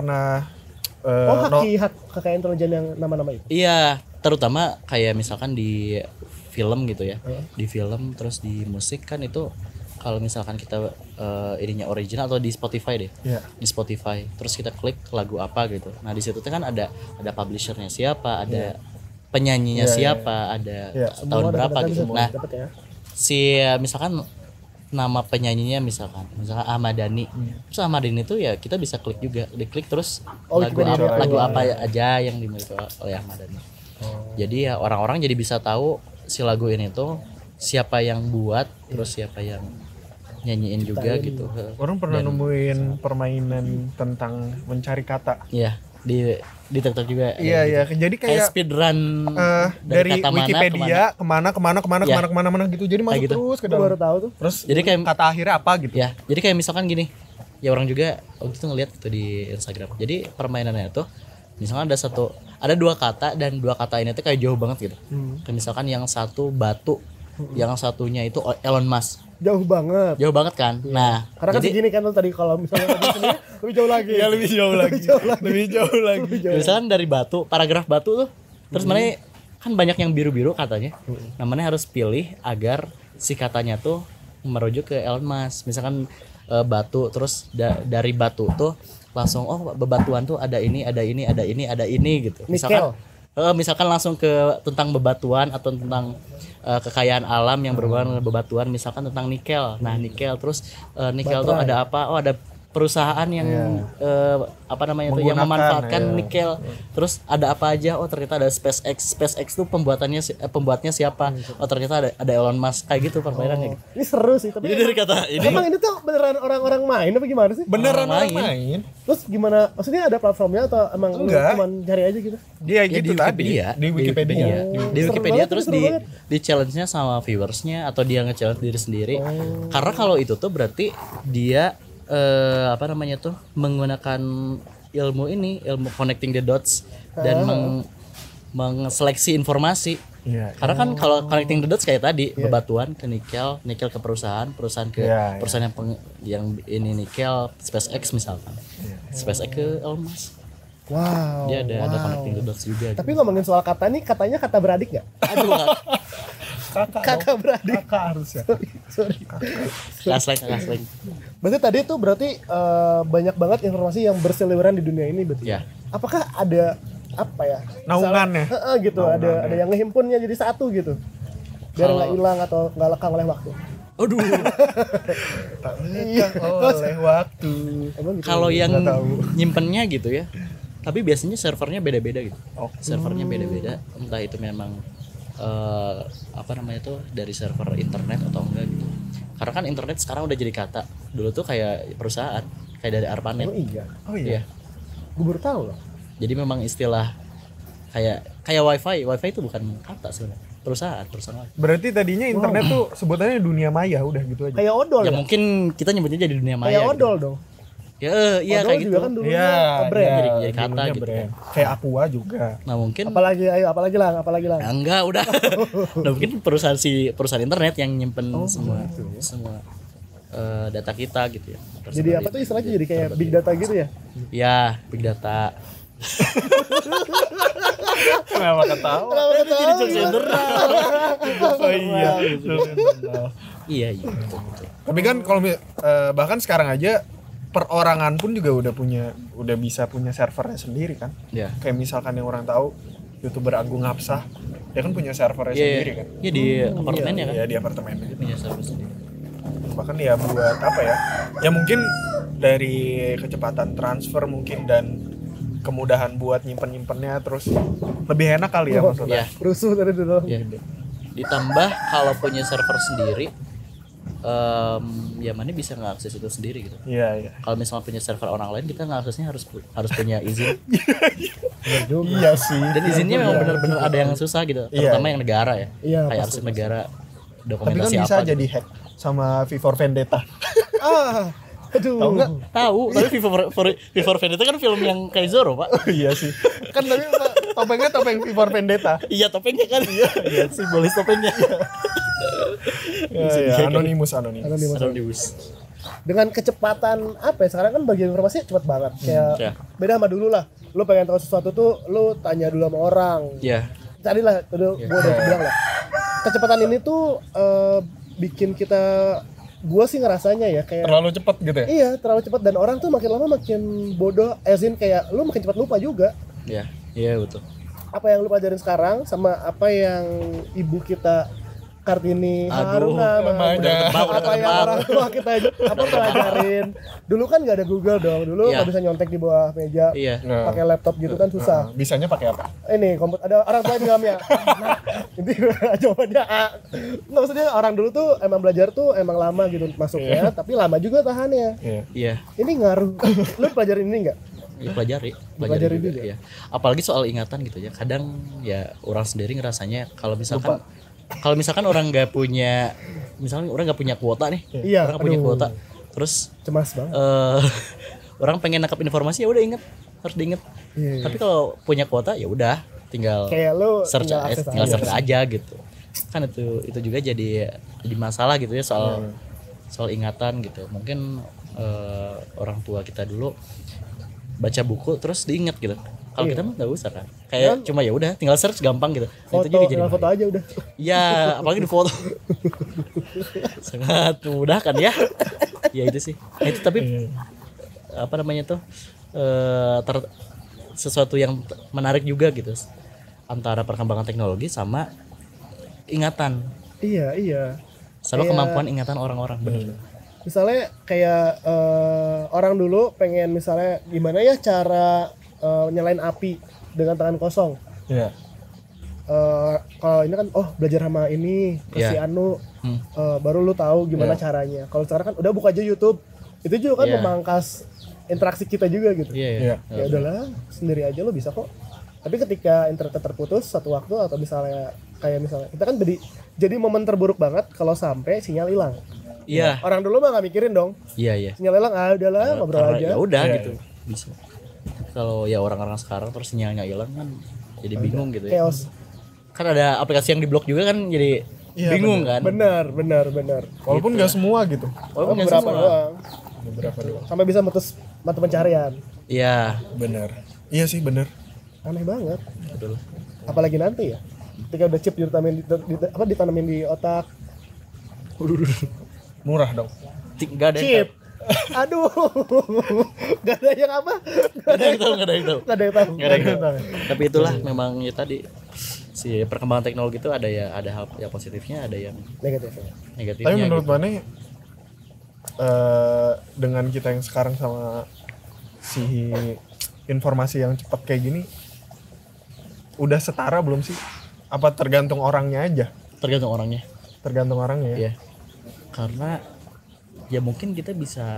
hak intelijen yang nama-nama itu. Iya, terutama kayak misalkan di film gitu ya. Di film terus di musik kan itu kalau misalkan kita ininya original atau di Spotify deh. Di Spotify. Terus kita klik lagu apa gitu. Nah, di situ kan ada publishernya siapa, ada penyanyinya siapa, ada tahun berapa gitu. Nah, si misalkan nama penyanyinya misalkan Ahmad Dhani. Terus Ahmad Dhani itu ya kita bisa klik juga, diklik terus lagu apa aja yang dimiliki oleh Ahmad Dhani. Jadi ya orang-orang jadi bisa tahu si lagu ini tuh siapa yang buat, terus siapa yang nyanyiin juga gitu. Orang pernah nemuin permainan tentang mencari kata. Iya, di TikTok juga. Iya. Jadi kayak speedrun dari kata Wikipedia kemana gitu. Jadi masuk gitu. terus ke dalam. Baru tahu tuh. Terus jadi kayak kata akhirnya apa gitu. Ya, jadi kayak misalkan gini. Ya orang juga waktu itu ngeliat gitu di Instagram. Jadi permainannya tuh misalkan ada 2 kata dan 2 kata ini tuh kayak jauh banget gitu. Kayak misalkan yang satu batu, yang satunya itu Elon Musk. Jauh banget Kan. Nah, karena kan segini kan tadi kalau misalnya sendiri lebih jauh lagi. Ya lebih jauh lagi. Misalkan dari batu, paragraf batu tuh. Terus mana kan banyak yang biru-biru katanya. Namanya harus pilih agar si katanya tuh merujuk ke Elon Musk. Misalkan batu, terus dari batu tuh langsung bebatuan tuh ada ini gitu. Misalkan langsung ke tentang bebatuan atau tentang kekayaan alam yang berhubungan dengan bebatuan, misalkan tentang nikel. Nah, nikel terus nikel tuh ada apa? Ada perusahaan yang yang memanfaatkan nikel. Terus ada apa aja? Oh, ternyata ada SpaceX tuh pembuatnya siapa? Oh, ternyata ada Elon Musk, kayak gitu permainannya. Ini seru sih, tapi dari kata ini emang ini tuh beneran orang-orang main apa gimana sih? Beneran main. Terus gimana? Maksudnya ada platformnya atau emang cuma cari aja gitu? Dia gitu di Wikipedia. Di Wikipedia terus di challenge-nya sama viewersnya atau dia nge-challenge diri sendiri. Karena kalau itu tuh berarti dia menggunakan ilmu connecting the dots dan mengseleksi informasi. Karena kan kalau connecting the dots kayak tadi bebatuan ke nikel ke perusahaan ke perusahaan yang ini nikel, SpaceX misalkan. SpaceX ke Elon Musk. Wow. Dia ada connecting the dots juga. Tapi ngomongin soal kata nih, katanya kata beradik nggak? Aduh, kakak beradik. Kakak harus ya. Sorry. Kasleng. Berarti tadi tuh banyak banget informasi yang berseliweran di dunia ini berarti. Ya. Apakah ada apa ya? Naungannya. Gitu. Ada yang ngehimpunnya jadi satu gitu. Biar nggak hilang atau nggak lekang oleh waktu. Aduh. Tak lekang oleh waktu. Gitu. Kalau yang nyimpennya gitu ya. Tapi biasanya servernya beda-beda gitu. Servernya beda-beda. Entah itu memang dari server internet atau enggak gitu. Karena kan internet sekarang udah jadi kata. Dulu tuh kayak perusahaan, kayak dari ARPANET. Oh iya. Gue baru tahu loh. Jadi memang istilah kayak wifi itu bukan kata sebenarnya. Perusahaan. Berarti tadinya internet tuh sebutannya dunia maya, udah gitu aja. Kayak odol ya. Mungkin kita nyebutnya jadi dunia maya. Kayak odol gitu. dong. Iya kayak gitu. Kan brand. Jadi kata gitu. Kayak Aqua juga. Nah, mungkin apalagi lang. Enggak, udah. Udah mungkin perusahaan internet yang nyimpen semua data kita gitu ya. Jadi apa tuh istilahnya, jadi kayak big data gitu ya? Ya, big data. Kenapa ketawa? Jadi joke center. Oh iya. Iya. Tapi kan kalau bahkan sekarang aja perorangan pun juga udah bisa punya servernya sendiri kan. Iya. Kayak misalkan yang orang tahu YouTuber Agung Hapsah, dia kan punya servernya sendiri kan. Iya, di apartemennya kan. Iya, di apartemennya. Punya server sendiri. Bahkan ya buat apa ya? Ya mungkin dari kecepatan transfer mungkin dan kemudahan buat nyimpen-nyimpennya, terus lebih enak kali ya maksudnya. Iya. Rusuh tadi dulu. Iya. Ditambah kalau punya server sendiri ya mana bisa ngakses itu sendiri gitu. Iya. Kalau misalnya punya server orang lain kita ngaksesnya harus punya izin. Iya sih. Dan izinnya memang benar-benar ada yang susah gitu, terutama yang negara ya. Iya, kayak arsip negara, tapi kan dokumentasi bisa apa. jadi hack sama V for Vendetta. Aduh. Tahu nggak? Tahu, tapi V for Vendetta kan film yang kayak Zorro, Pak. Iya sih. Kan tapi topengnya topeng V for Vendetta. Iya, topengnya kan. Iya, simbolis topengnya. Iya, anonimus. Dengan kecepatan apa ya, sekarang kan bagi informasi cepat banget. Kayak beda sama dulu lah. Lu pengen tahu sesuatu tuh lu tanya dulu sama orang. Iya. Carilah, gue udah bilang lah. Kecepatan ini tuh bikin kita, gue sih ngerasanya ya kayak Terlalu cepat gitu ya? Iya, terlalu cepat dan orang tuh makin lama makin bodoh. Kayak lu makin cepat lupa juga. Iya betul. Apa yang lu pelajarin sekarang sama apa yang ibu kita Kartini Haruna apa yang orang tua kita pelajarin. Dulu kan nggak ada Google dong. Dulu nggak bisa nyontek di bawah meja. Pakai laptop gitu kan susah. Bisanya pakai apa? Ini komputer, ada orang tua di dalamnya. Nah, ini jawabannya A. Nggak, maksudnya orang dulu tuh emang belajar tuh emang lama gitu masuknya, tapi lama juga tahannya. Iya. Ini ngaruh. Lu pelajarin ini nggak? Ya, pelajari juga ya. Apalagi soal ingatan gitu ya. Kadang ya orang sendiri ngerasanya kalau misalkan orang nggak punya, misalnya orang nggak punya kuota nih, orang nggak punya kuota, terus cemas banget. Orang pengen nangkap informasi ya udah harus diinget. Tapi kalau punya kuota ya udah tinggal kayak lu search aja gitu. Kan itu juga jadi masalah gitu ya soal ingatan gitu. Mungkin orang tua kita dulu baca buku terus diinget gitu. Kalau kita mah nggak usah kan, kayak cuma ya udah tinggal search gampang gitu. Foto, itu juga jadi foto aja udah. Iya, apalagi di foto. Sangat mudah kan ya. Ya itu sih. Itu tapi apa namanya tuh sesuatu yang menarik juga gitu antara perkembangan teknologi sama ingatan. Iya. Sama kemampuan ingatan orang-orang benar. Misalnya kayak orang dulu pengen misalnya gimana ya cara nyalain api dengan tangan kosong. Iya. Kalau ini kan belajar sama ini si Anu baru lu tahu gimana caranya. Kalau sekarang kan udah buka aja YouTube. Itu juga kan memangkas interaksi kita juga gitu. Iya. Ya udahlah, sendiri aja lu bisa kok. Tapi ketika internet terputus satu waktu atau misalnya kita kan jadi momen terburuk banget kalau sampai sinyal hilang. Iya. Orang dulu mah nggak mikirin dong. Iya. Sinyal hilang, udahlah ngobrol aja. Ya udah gitu. Bisa. Kalau ya orang-orang sekarang terus sinyalnya hilang kan jadi bingung gitu ya. Chaos. Kan ada aplikasi yang diblok juga kan jadi bingung kan. Benar. Walaupun nggak semua gitu. Walaupun beberapa doang. Sampai bisa mutus mata pencarian. Iya. Benar. Iya sih benar. Aneh banget. Betul. Apalagi nanti ya. Ketika udah chip ditanamin di otak. Murah dong. Enggak ada chip. Aduh. Gak ada yang apa? Gak ada yang tahu. Tapi itulah memang ya tadi si perkembangan teknologi itu ada hal yang positifnya, ada yang negatifnya. Tapi menurut Mane dengan kita yang sekarang sama si informasi yang cepat kayak gini udah setara belum sih? Apa tergantung orangnya aja? Tergantung orangnya. Ya. Karena ya mungkin kita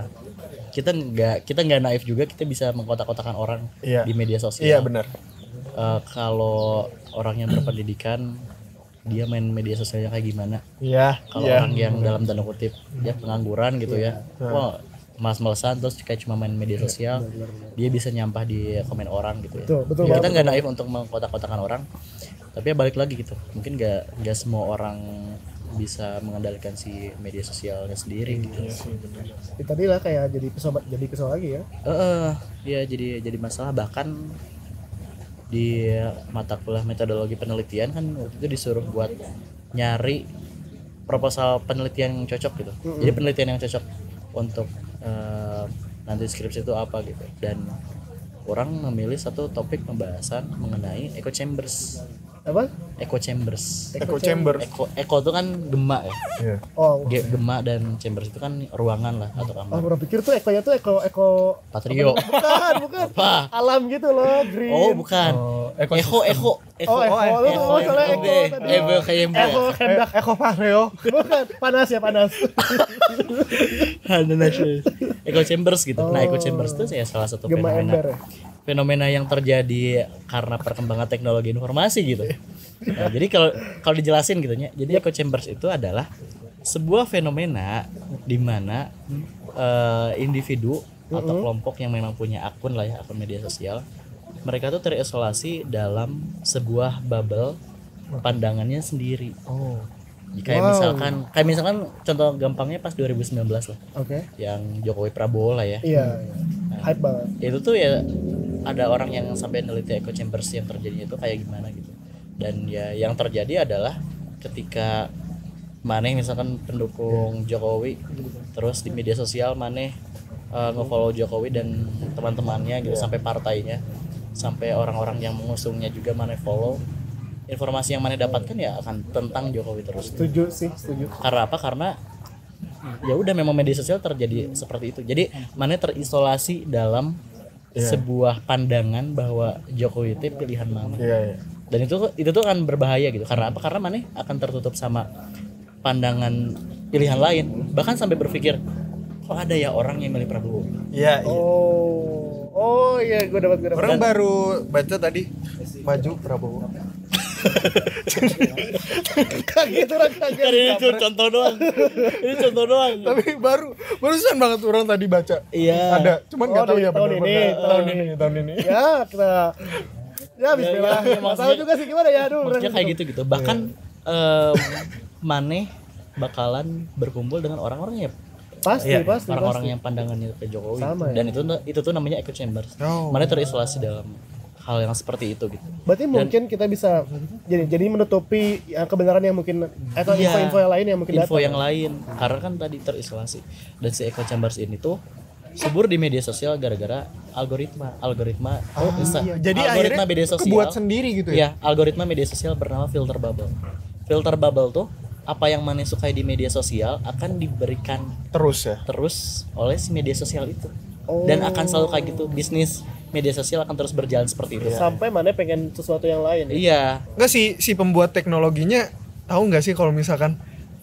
nggak naif juga, kita bisa mengkotak-kotakan orang di media sosial. Iya benar. Kalau orang yang berpendidikan dia main media sosialnya kayak gimana? Iya. Kalau orang yang dalam tanda kutip ya pengangguran gitu ya, malas-malasan terus kayak cuma main media sosial, dia bisa nyampah di komen orang gitu ya. Betul, kita nggak naif untuk mengkotak-kotakan orang, tapi ya balik lagi gitu. Mungkin nggak semua orang bisa mengendalikan si media sosialnya sendiri gitu. Ya, tadi lah kayak jadi pisau lagi ya. Ya jadi masalah. Bahkan di mata kuliah metodologi penelitian kan waktu itu disuruh buat nyari proposal penelitian yang cocok gitu. Jadi penelitian yang cocok untuk nanti skripsi itu apa gitu. Dan orang memilih satu topik pembahasan mengenai echo chambers. Apa? Echo chambers. Echo chamber. Echo itu kan gema ya. Iya. Gema dan chambers itu kan ruangan lah atau kamar. Orang pikir tuh echo-nya tuh echo Patrio. Bukan. Apa? Alam gitu loh, green. Oh, bukan. Eko. Soalnya Eko kayak Eko Pareo. bukan panas. Echo chambers gitu. Nah, echo chambers itu saya salah satu fenomena yang terjadi karena perkembangan teknologi informasi gitu. Nah, jadi kalau dijelasin gitu ya. Jadi echo chambers itu adalah sebuah fenomena di mana individu atau kelompok yang memang punya akun media sosial, mereka tuh terisolasi dalam sebuah bubble pandangannya sendiri. Kayak misalkan contoh gampangnya pas 2019 lah. Yang Jokowi Prabowo lah ya. Iya. Hype banget. Itu tuh ya ada orang yang sampai neliti echo chambers yang terjadinya itu kayak gimana gitu. Dan ya yang terjadi adalah ketika maneh misalkan pendukung Jokowi, terus di media sosial maneh nge-follow Jokowi dan teman-temannya gitu sampai partainya, sampai orang-orang yang mengusungnya juga maneh follow. Informasi yang maneh dapatkan ya akan tentang Jokowi terus. Setuju. Karena apa? Karena ya udah memang media sosial terjadi seperti itu. Jadi maneh terisolasi dalam sebuah pandangan bahwa Jokowi itu pilihan mana. Dan itu tuh akan berbahaya gitu. Karena apa? Karena maneh akan tertutup sama pandangan pilihan lain. Bahkan sampai berpikir, kok ada ya orang yang milih Prabowo? Iya. Oh iya, gue dapat. Orang baru baca tadi maju Prabowo. Kaget. Ini contoh doang. Tapi barusan banget orang tadi baca. Iya. Ada, cuman nggak tahu ya tahun ini. Ya kita. Ya bismillah. Nggak tahu juga sih gimana ya. Aduh. Maksudnya kayak gitu. Bahkan maneh bakalan berkumpul dengan orang-orang ya. Pasti. Orang-orang yang pandangannya ke Jokowi. Sama, dan itu tuh namanya echo chambers. Maneh terisolasi dalam hal yang seperti itu gitu. Berarti mungkin kita bisa jadi menutupi kebenaran yang mungkin atau info-info yang lain yang mungkin info yang lain karena kan tadi terisolasi. Dan si echo chambers ini tuh subur di media sosial gara-gara algoritma jadi algoritma media sosial kebuat sendiri gitu ya. Algoritma media sosial bernama filter bubble tuh apa yang maneh sukai di media sosial akan diberikan terus oleh si media sosial itu. Dan akan selalu kayak gitu, bisnis media sosial akan terus berjalan seperti itu sampai maneh pengen sesuatu yang lain. Iya. Enggak si pembuat teknologinya tahu nggak sih kalau misalkan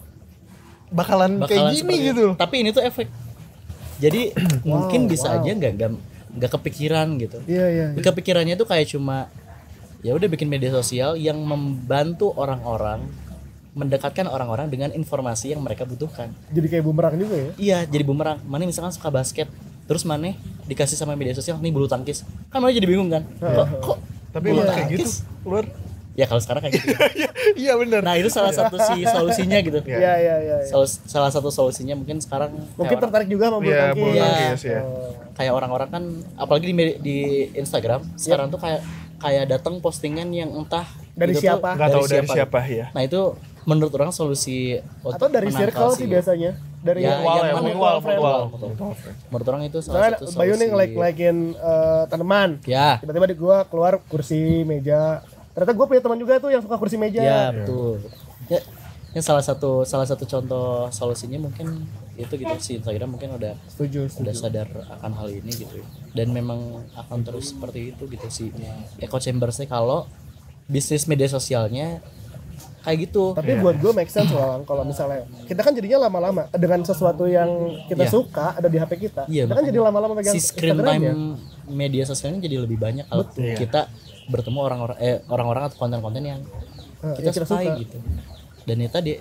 bakalan kayak gini gitu. Tapi ini tuh efek. Jadi mungkin bisa aja nggak kepikiran gitu. Iya. Kepikirannya tuh kayak cuma ya udah bikin media sosial yang membantu orang-orang mendekatkan orang-orang dengan informasi yang mereka butuhkan. Jadi kayak bumerang juga ya? Iya, jadi bumerang. Maneh misalkan suka basket, terus maneh dikasih sama media sosial nih bulu tangkis, kan maneh jadi bingung kan? Kok tapi bulu kayak gitu keluar? Ya kalau sekarang kayak gitu. Iya benar. Nah itu salah satu solusinya gitu. Iya. Salah satu solusinya mungkin sekarang. Mungkin tertarik juga sama bulu tangkis. Iya. Kayak orang-orang kan, apalagi di Instagram sekarang tuh kayak datang postingan yang entah dari siapa? Nggak tahu dari siapa ya. Nah itu menurut orang solusi atau dari circle sih biasanya. Dari mutual. Menurut orang itu salah satu solusi. Bayu nih likein tanaman. Ya. Tiba-tiba di gua keluar kursi meja. Ternyata gue punya teman juga tuh yang suka kursi meja. Ya betul. Ya, yang salah satu contoh solusinya mungkin itu gitu, si Instagram mungkin udah sadar akan hal ini gitu. Dan memang akan terus seperti itu gitu si echo chambersnya kalau bisnis media sosialnya kayak gitu. Tapi buat gue make sense loh kalau misalnya kita kan jadinya lama-lama dengan sesuatu yang kita suka ada di HP kita. Kita kan jadi lama-lama pegang si screen time media sosialnya jadi lebih banyak kalau kita bertemu orang-orang atau konten-konten yang kita sukai gitu. Dan itu tadi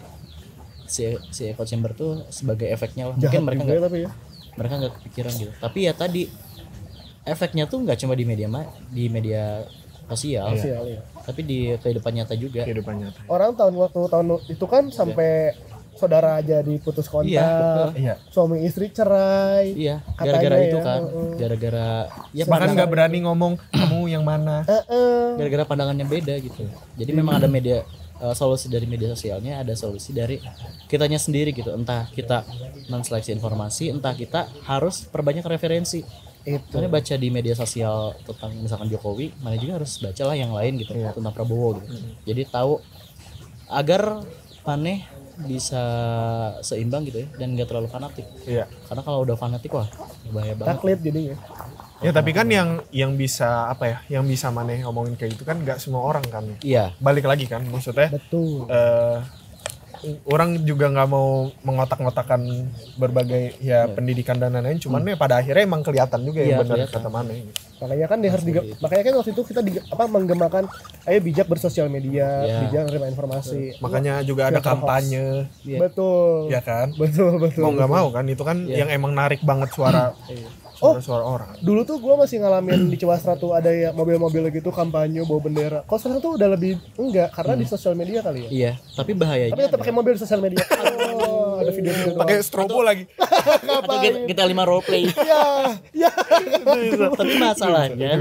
si echo chamber tuh sebagai efeknya lah. Mungkin mereka nggak kepikiran gitu. Tapi ya tadi efeknya tuh nggak cuma di media sosial, tapi di kehidupan nyata juga. Orang tahun itu kan sampai saudara aja diputus kontak, suami istri cerai. Iya, gara-gara itu kan, gara-gara ya bahkan nggak berani ngomong kamu yang mana. Gara-gara pandangannya beda gitu. Jadi memang ada solusi dari media sosialnya, ada solusi dari kitanya sendiri gitu. Entah kita menseleksi informasi, entah kita harus perbanyak referensi. Karena baca di media sosial tentang misalkan Jokowi, mana juga harus bacalah yang lain gitu tentang Prabowo gitu. Jadi tahu agar maneh bisa seimbang gitu ya dan nggak terlalu fanatik. Karena kalau udah fanatik wah bahaya banget. Taklid jadinya. Ya tapi kan yang bisa apa ya, yang bisa maneh ngomongin kayak gitu kan nggak semua orang kan. Iya. Balik lagi kan, maksudnya. Betul. Orang juga nggak mau mengotak-ngotakan berbagai pendidikan dan lain-lain, cuman ya pada akhirnya emang kelihatan juga ya benar kata maneh. Makanya kan dia harus makanya kan waktu itu kita menggemakan ayo bijak bersosial media, bijak menerima informasi. Makanya juga ada kampanye. Betul. Ya kan? Betul. Mau nggak mau kan itu kan yang emang narik banget suara orang. Dulu tuh gue masih ngalamin di Cewasra tuh ada ya mobil-mobil gitu kampanye bawa bendera. Kalau sekarang tuh udah lebih enggak karena di sosial media kali ya. Iya, tapi bahayanya. Tapi tetap pakai mobil di sosial media. Ada video-video doang. Pakai strobo lagi. Atau kita 5 role play. Ya. Tapi masalahnya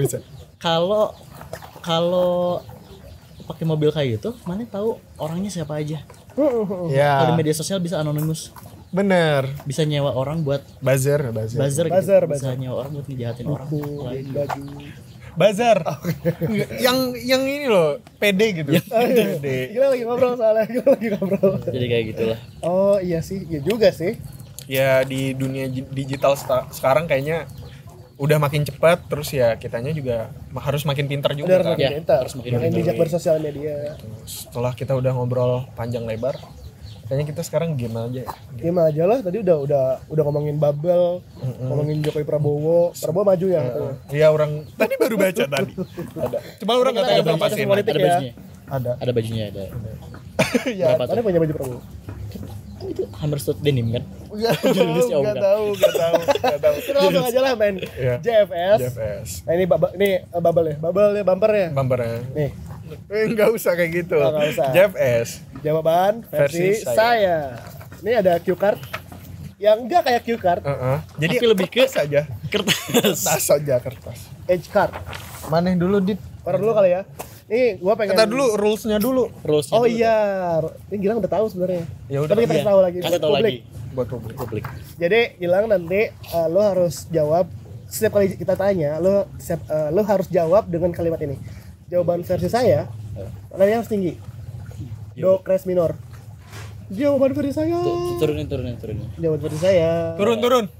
kalau pakai mobil kayak gitu, mana tahu orangnya siapa aja. Ya. Kalau di media sosial bisa anonimus. Bener. Bisa nyewa orang buat buzzer. Bisa nyewa orang buat ngejahatin orang lain. Bazar. yang ini loh, PD gitu. PD. Kita lagi ngobrol soalnya. Jadi kayak gitulah. Oh iya sih, ya juga sih. Ya di dunia digital sekarang kayaknya udah makin cepat, terus ya kitanya juga harus makin pintar juga. Harus makin bijak bersosial media. Setelah kita udah ngobrol panjang lebar, kayaknya kita sekarang game aja ya. Game aja lah, tadi udah ngomongin Bubble, ngomongin Jokowi Prabowo maju ya katanya. Iya, orang tadi baru baca tadi. Ada. Cuma orang enggak tahu apa sih. Ada bajunya. Ada Bajunya ada. Ya, mana punya baju Prabowo? Itu Hammerstone denim kan? Enggak tahu. Kita langsung aja lah main JFS. Nah ini Bubble ya, bumpernya. Nih. Enggak usah kayak gitu. Enggak usah. JFS. Jawaban versi saya. Ini ada cue card yang enggak kayak cue card. Jadi tapi lebih ke saja. Kertas. Edge card. Mana yang dulu Dit? Baru dulu kali ya. Nih gua pengen. Kata dulu rulesnya dulu. Oh iya. Ini Gilang udah tahu sebenarnya. Ya udah. Tapi kita kasih tahu lagi. Kasih tahu lagi buat publik. Jadi Gilang nanti lo harus jawab setiap kali kita tanya, lo harus jawab dengan kalimat ini. Jawaban versi saya, nadanya harus tinggi. Do crash minor. Jawaban versi saya. Turunin. Jawaban versi saya. Turun.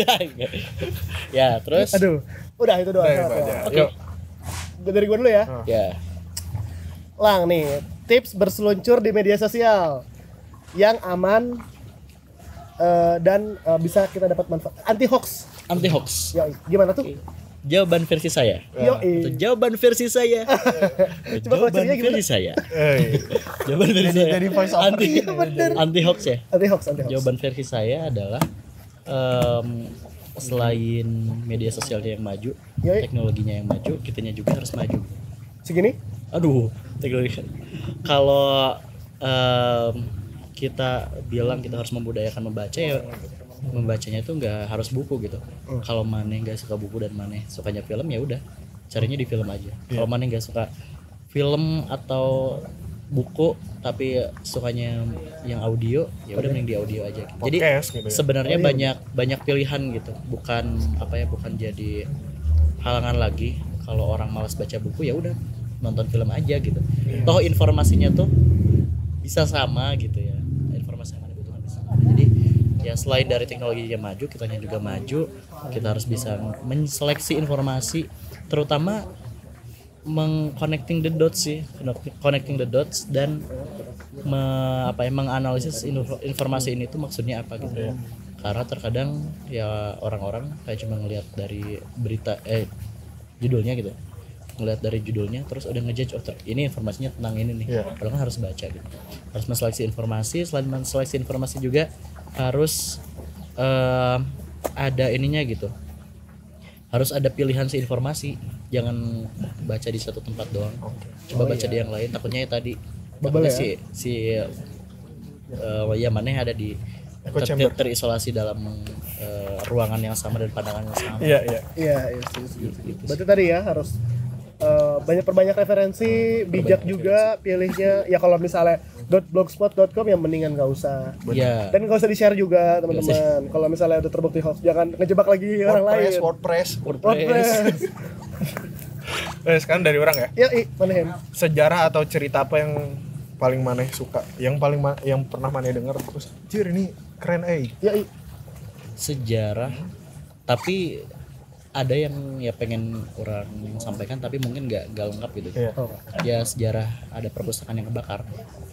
Ya, terus. Aduh, udah itu doang. Oke. Dari gua dulu ya. Ya. Lang nih, tips berseluncur di media sosial yang aman dan bisa kita dapat manfaat. Anti hoax. Ya, gimana tuh? Jawaban versi saya. Itu jawaban versi saya. Coba jawaban versi saya. Jawaban versi saya. Jadi voice over. Anti hoax ya. Anti hoax. Jawaban versi saya adalah selain media sosialnya yang maju, teknologinya yang maju, kitanya juga harus maju. Segini? Aduh, teknologi. Kalau kita bilang kita harus membudayakan membaca ya, membacanya itu nggak harus buku gitu. Kalau maneh nggak suka buku dan maneh sukanya film ya udah carinya di film aja. Kalau maneh nggak suka film atau buku tapi sukanya yang audio ya udah mending di audio aja. Jadi gitu ya. Sebenarnya banyak pilihan gitu. Bukan jadi halangan lagi kalau orang malas baca buku ya udah nonton film aja gitu. Toh informasinya tuh bisa sama gitu ya. Informasi yang mana dibutuhkan bisa sama. Jadi ya selain dari teknologi yang maju, kitanya juga maju. Kita harus bisa menseleksi informasi, terutama connecting the dots dan menganalisis informasi ini tuh maksudnya apa gitu. Karena terkadang ya orang-orang kayak cuma ngelihat dari berita judulnya gitu. Ngelihat dari judulnya terus udah ngejudge ini informasinya tentang ini nih. Padahal kan harus baca gitu. Harus menseleksi informasi, selain menseleksi informasi juga harus ada ininya gitu. Harus ada pilihan si informasi, jangan baca di satu tempat doang. Coba baca di yang lain. Takutnya ya tadi takutnya maneh ada di terisolasi dalam ruangan yang sama dan pandangan yang sama. Iya. Berarti tadi ya harus banyak referensi, bijak juga pilihnya. Ya kalau misalnya .blogspot.com yang mendingan nggak usah. Dan nggak usah di-share juga teman-teman. Kalau misalnya udah terbukti hoax, jangan ngejebak lagi orang lain. WordPress. Sekarang dari orang ya. Mana sejarah atau cerita apa yang paling maneh suka? Yang pernah maneh dengar terus, "Jir, ini keren Ya, sejarah tapi ada yang ya pengen orang sampaikan tapi mungkin nggak lengkap gitu. Ya sejarah ada perpustakaan yang kebakar.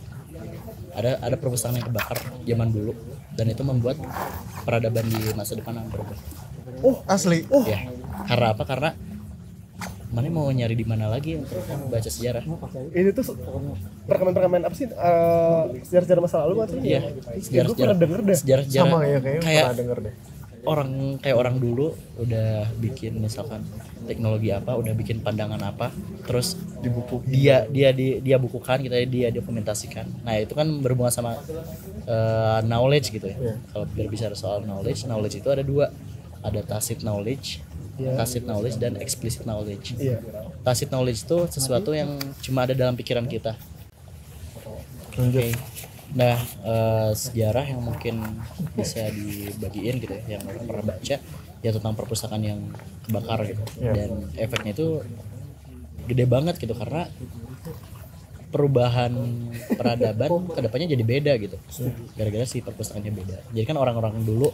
Ada perpustakaan yang kebakar zaman dulu dan itu membuat peradaban di masa depan yang berubah. Asli. Ya. Karena apa? Karena mana mau nyari di mana lagi untuk baca sejarah? Ini tuh perkembangan apa sih? Sejarah masa lalu atau iya. Sejarah denger deh. Sejarah sama ya kayak pernah denger deh. Orang dulu udah bikin misalkan teknologi apa, udah bikin pandangan apa, terus di buku dia bukukan gitu ya, dia dokumentasikan. Nah, itu kan berhubungan sama knowledge gitu ya. Kalau berbicara soal knowledge itu ada dua. Ada tacit knowledge, tacit knowledge dan explicit knowledge. Tacit knowledge itu sesuatu yang cuma ada dalam pikiran kita. Oke. Nah, sejarah yang mungkin bisa dibagiin gitu ya, yang orang pernah baca ya tentang perpustakaan yang kebakar gitu. Dan efeknya itu gede banget gitu karena perubahan peradaban kedepannya jadi beda gitu. Gara-gara si perpustakaannya beda. Jadi kan orang-orang dulu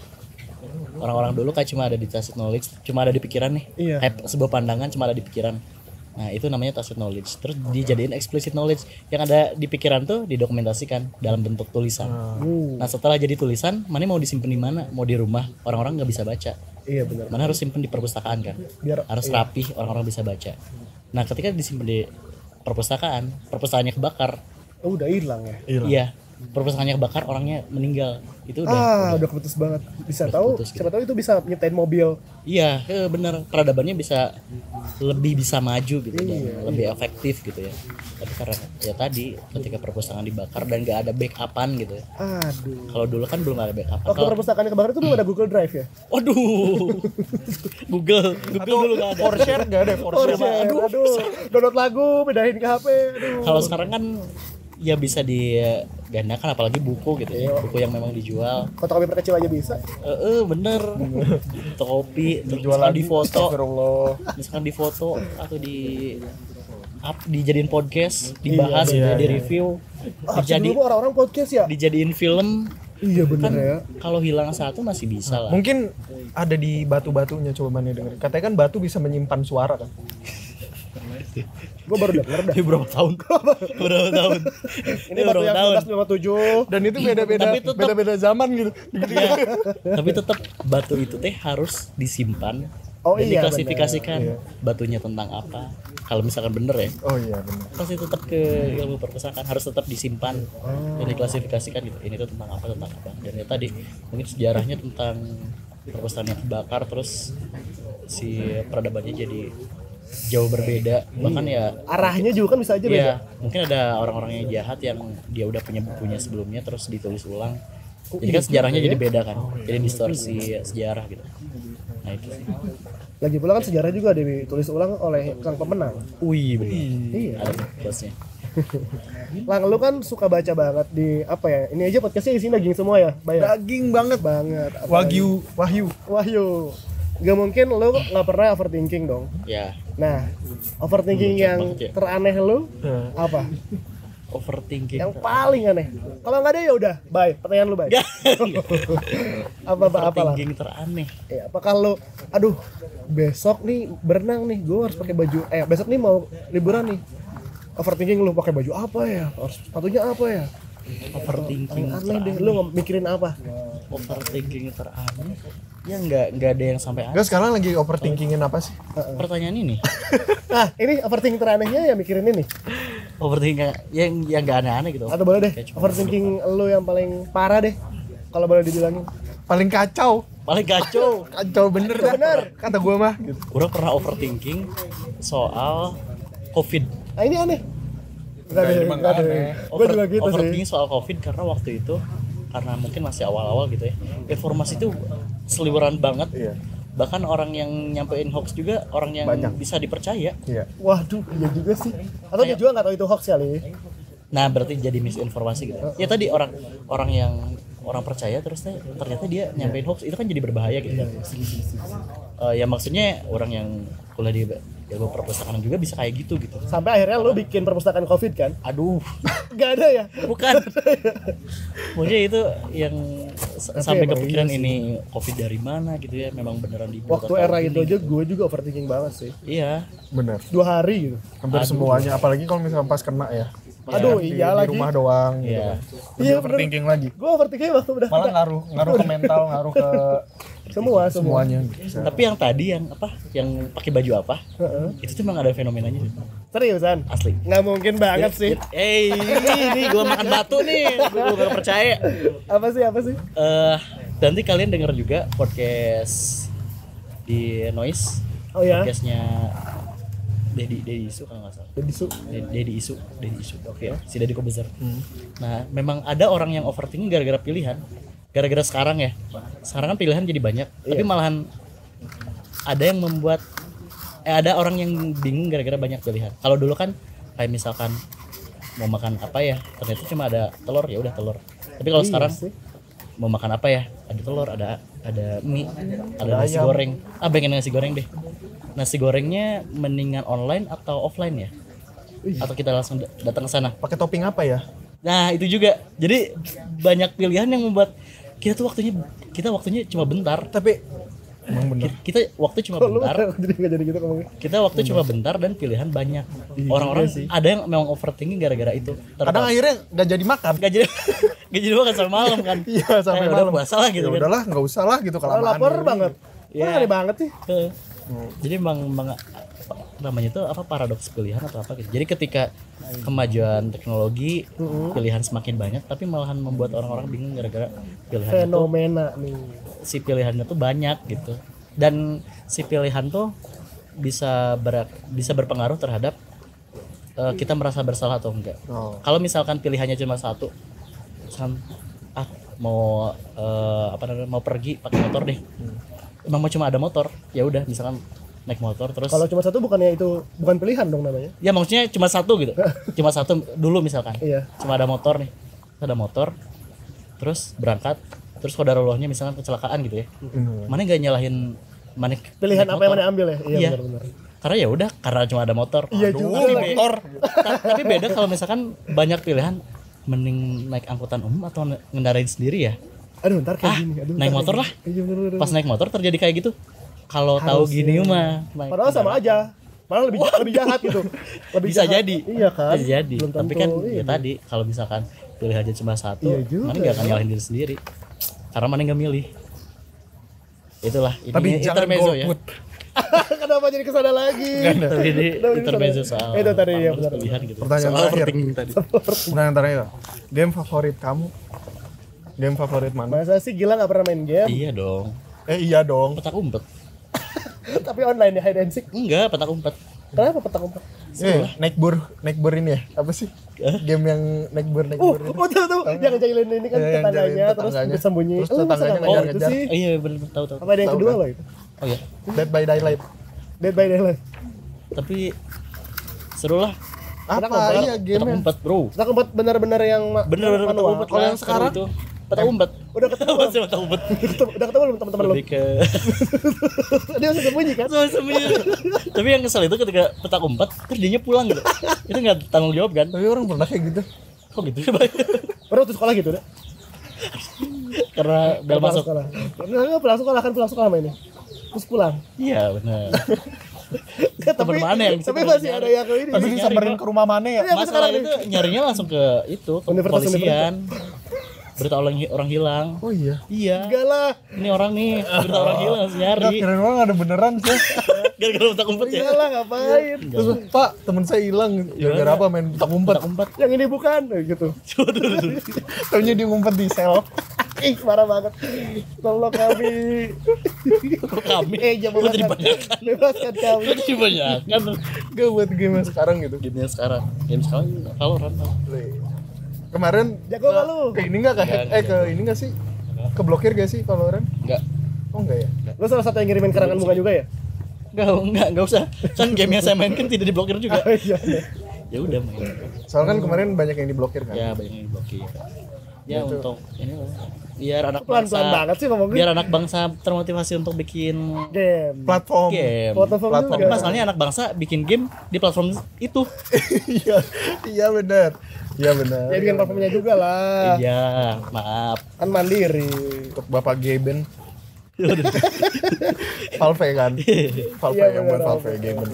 kayak cuma ada di tacit knowledge, cuma ada di pikiran nih. Sebuah pandangan cuma ada di pikiran. Nah, itu namanya tacit knowledge. Terus dijadiin explicit knowledge. Yang ada di pikiran tuh didokumentasikan dalam bentuk tulisan. Nah, setelah jadi tulisan, mana mau disimpan di mana? Mau di rumah, orang-orang nggak bisa baca. Iya benar. Mana harus simpan di perpustakaan kan? Harus rapih, orang-orang bisa baca. Nah, ketika disimpan di perpustakaannya kebakar. Udah hilang ya? Iya. Perpustakaannya kebakar, orangnya meninggal. Itu udah keputus banget. Bisa tahu, siapa tahu itu bisa nyiptain mobil. Iya, benar. Peradabannya lebih bisa maju gitu dan lebih efektif gitu ya. Tapi karena ya tadi ketika perpustakaan dibakar dan nggak ada backupan gitu ya. Kalau dulu kan belum ada backupan. Waktu perpustakaan kebakar itu belum ada Google Drive ya? Waduh. Google dulu nggak ada. Forshare nggak ada. Aduh. Download lagu, pindahin ke HP. Kalau sekarang kan ya bisa digandakan apalagi buku gitu ya. Buku yang memang dijual. Fotokopi perkecil aja bisa. Bener. Fotokopi dijual di foto. Misalkan di foto atau dijadiin podcast, dibahas di review. Jadi orang-orang podcast ya. Dijadiin film. Iya bener kan, ya. Kalau hilang satu masih bisa lah. Mungkin ada di batu-batunya, coba mana denger. Katanya kan batu bisa menyimpan suara kan. Gue baru denger dah. Berapa tahun? Ini batu yang 1957. Dan itu beda-beda zaman gitu. Ya, tapi tetap batu itu teh harus disimpan. Dan diklasifikasikan batunya tentang apa. Kalau misalkan bener ya. Bener. Pasti tetap ke ilmu perpustakaan, harus tetap disimpan dan diklasifikasikan gitu. Ini tuh tentang apa. Dan ya tadi mungkin sejarahnya tentang perpustakaan yang kebakar, terus si peradabannya jadi jauh berbeda, bahkan ya arahnya juga kan bisa aja beda. Mungkin ada orang-orang yang jahat yang dia udah punya bukunya sebelumnya terus ditulis ulang. Jadi kan sejarahnya jadi beda kan. Jadi distorsi sejarah gitu. Nah itu sih. Lagi pula kan sejarah juga ditulis ulang oleh sang pemenang. Wih benar. Iya. Ada plusnya. Lang, lu kan suka baca banget di apa ya? Ini aja podcastnya isinya daging semua ya, Bayar? Daging banget. Wahyu. Gak mungkin lu gak pernah overthinking dong. Ya. Nah, overthinking yang teraneh lu apa? Overthinking yang paling aneh. Kalau nggak ada ya udah, bye. Pertanyaan lu, bye. apa overthinking teraneh. Ya, apakah lu besok nih berenang nih, gue harus pakai baju besok nih mau liburan nih. Overthinking lu pakai baju apa ya? Harus sepatunya apa ya? Overthinking aneh deh. Lu mikirin apa? Overthinking teraneh. Ya nggak ada yang sampai aneh. Gue sekarang lagi overthinkingin apa sih? Pertanyaan ini. Nah, ini overthinking teranehnya ya mikirin ini. Overthinking yang nggak aneh-aneh gitu. Atau boleh deh. Overthinking lu yang paling parah deh. Kalau boleh dibilangin. Paling kacau. Kacau bener. Kata gue mah. Gitu. Gue pernah overthinking soal COVID. Nah ini aneh. Enggak ada. Gue juga gitu sih. Overthinking soal COVID karena waktu itu karena mungkin masih awal-awal gitu ya. Informasi itu seliweran banget. Iya. Bahkan orang yang nyampein hoax juga orang yang banyak bisa dipercaya. Iya. Waduh, iya juga sih. Atau dia juga nggak tahu itu hoax kali. Nah, berarti jadi misinformasi gitu. Ya tadi orang percaya terus ternyata dia nyampein hoax, itu kan jadi berbahaya gitu. Ya maksudnya orang yang kuliah di ilmu perpustakaan juga bisa kayak gitu. Sampai akhirnya lu bikin perpustakaan COVID kan? Aduh, gak ada ya? bukan. Maksudnya itu yang sampai kepikiran ini COVID dari mana gitu ya, memang beneran dibuat. Waktu era itu aja gue juga overthinking banget sih. Iya. Bener. 2 hari gitu. Hampir semuanya, apalagi kalau misalnya pas kena ya. Aduh, iya lagi. Di rumah doang gitu kan. Iya, overthinking lagi. Gue overthinking waktu udah. Malah ngaruh ke mental, ngaruh ke semuanya. Tapi yang tadi yang apa? Yang pakai baju apa? Itu tuh memang ada fenomenanya. Seriusan? Asli. Nggak mungkin banget sih. Ini gua makan batu nih. Gua gak percaya. Apa sih? Nanti kalian denger juga podcast di Noise. Oh ya. Podcastnya Dedi Isu kalau nggak salah. Dedi Isu. Oke. Si Deddy Kobezer. Nah, memang ada orang yang overthinking gara-gara pilihan. Gara-gara sekarang ya. Sekarang kan pilihan jadi banyak, tapi malahan ada yang membuat ada orang yang bingung gara-gara banyak pilihan. Kalau dulu kan kayak misalkan mau makan apa ya, ternyata cuma ada telur, ya udah telur. Tapi kalau sekarang mau makan apa ya, ada telur, ada mie, ada nasi goreng. Pengen nasi goreng deh. Nasi gorengnya mendingan online atau offline ya? Atau kita langsung datang ke sana? Pakai topping apa ya? Nah, itu juga. Jadi banyak pilihan yang membuat kita tuh waktunya cuma bentar. Tapi emang bener. Kita waktu cuma bentar. Jadi gitu ngomongnya. Kita waktu cuma bentar dan pilihan banyak. Orang-orang ada yang memang overthinking gara-gara itu. Kadang akhirnya nggak jadi makan. Gak jadi makan sampai malam kan. Iya, sampai malam. Puasa lah gitu ya kan. Udahlah, nggak usah lah gitu kelamaan. Lapar banget. Ya. Aneh banget sih. Jadi emang namanya itu apa, paradoks pilihan atau apa gitu. Jadi ketika kemajuan teknologi, pilihan semakin banyak, tapi malahan membuat orang-orang bingung gara-gara pilihan fenomena nih. Si pilihannya tuh banyak gitu. Dan si pilihan tuh bisa berpengaruh terhadap kita merasa bersalah atau enggak. Kalau misalkan pilihannya cuma satu, misalkan mau pergi pakai motor deh. Emang mau cuma ada motor, ya udah misalkan naik motor terus. Kalau cuma satu bukannya itu bukan pilihan dong namanya? Ya maksudnya cuma satu gitu. Cuma satu dulu misalkan. Iya. Cuma ada motor nih. Ada motor. Terus berangkat. Terus qadarullohnya misalkan kecelakaan gitu ya. Mana enggak nyalahin mana pilihan apa yang mana ambil ya? Iya. Benar. Karena ya udah, karena cuma ada motor. Iya juga. Motor. Tapi beda kalau misalkan banyak pilihan, mending naik angkutan umum atau ngendarain sendiri ya. Aduh, ntar kayak gini. Naik motor lah. Pas naik motor terjadi kayak gitu. Kalau tahu gini mah. Padahal sama aja. Malah lebih jahat gitu. Bisa jahat. Jadi. Iya kan? Bisa jadi. Tapi kan ya tadi kalau misalkan pilihannya cuma satu, mana nggak akan nyalahin diri sendiri. Karena mana nggak milih. Itulah. Tapi jangan golput. Kenapa jadi kesana lagi? Tapi ini intermezzo soal. Itu tadi ya benar. Pilihan gitu. Pertanyaan soal terakhir. Pertanyaan terakhir. Game favorit kamu? Game favorit mana? Masa sih gila gak pernah main game? Iya dong. Iya dong. Petak umpet. Tapi online ya, hide and seek? Enggak, petak umpet. Kenapa petak umpet? Naik bur ini ya? Apa sih? Game yang naik bur itu. Oh tahu. Yang jahilin ini kan tetangganya terus bersembunyi. Terus tetangganya ngejar-ngejar. Iya benar tahu. Apa ada yang kedua loh itu? Oh iya. Dead by Daylight. Tapi seru lah. Apa? Iya game petak umpet, bro. Petak umpet benar-benar yang benar-benar petak umpet. Kalau yang sekarang itu petak umpet. Udah ketemu Masih petak umpet. Udah ketemu belum teman-teman lo? Lebih ke Dia masih sembunyi kan? sembunyi. Tapi yang kesel itu ketika petak umpet terus dianya pulang gitu. Itu enggak tanggung jawab kan? Tapi orang pernah kayak gitu. Kok gitu ya, Bang? Pernah waktu sekolah gitu dah. Karena bel masuk. Enggak pulang sekolah mainnya. Terus pulang. Iya, benar. Tapi mana yang tapi masih ada yang ini. Tapi disamperin ke rumah mana ya? Masalah itu nyarinya langsung ke itu, ke kepolisian. Berita orang hilang. Oh iya. Iya. Enggak lah. Ini orang nih, berita orang hilang harus nyari. Keren orang ada beneran sih. Gara-gara petak umpet ya. Enggak lah, ngapain? Terus Pak, temen saya hilang gara-gara apa main petak umpet. Yang ini bukan gitu. Taunya dia ngumpet di sel. Ih, marah banget. Tolong kami. Kami. Jangan dibanyakan. Bebaskan kami. Dibanyakan. Gak buat game sekarang gitu. Game sekarang Valorant. Kemarin jago enggak lu? Ke ini enggak ke ini enggak sih? Keblokir gak sih Valorant? Enggak. Oh enggak ya? Lu salah satu yang ngirimin karangan bunga juga ya? Enggak usah. Kan game yang saya mainkan tidak diblokir juga. Iya. Ya udah main. Soalnya kan kemarin banyak yang diblokir kan. Ya, banyak yang diblokir. Ya untuk ini loh. biar anak pelan-pelan banget sih ngomongnya. Biar anak bangsa termotivasi untuk bikin platform. Tapi masalahnya anak bangsa bikin game di platform itu. Iya benar. Ya bikin platformnya juga lah. Iya, maaf. Kan mandiri. Untuk Bapak Geben. Valve kan. Valve Iya, yang buat bener, Valve Geben.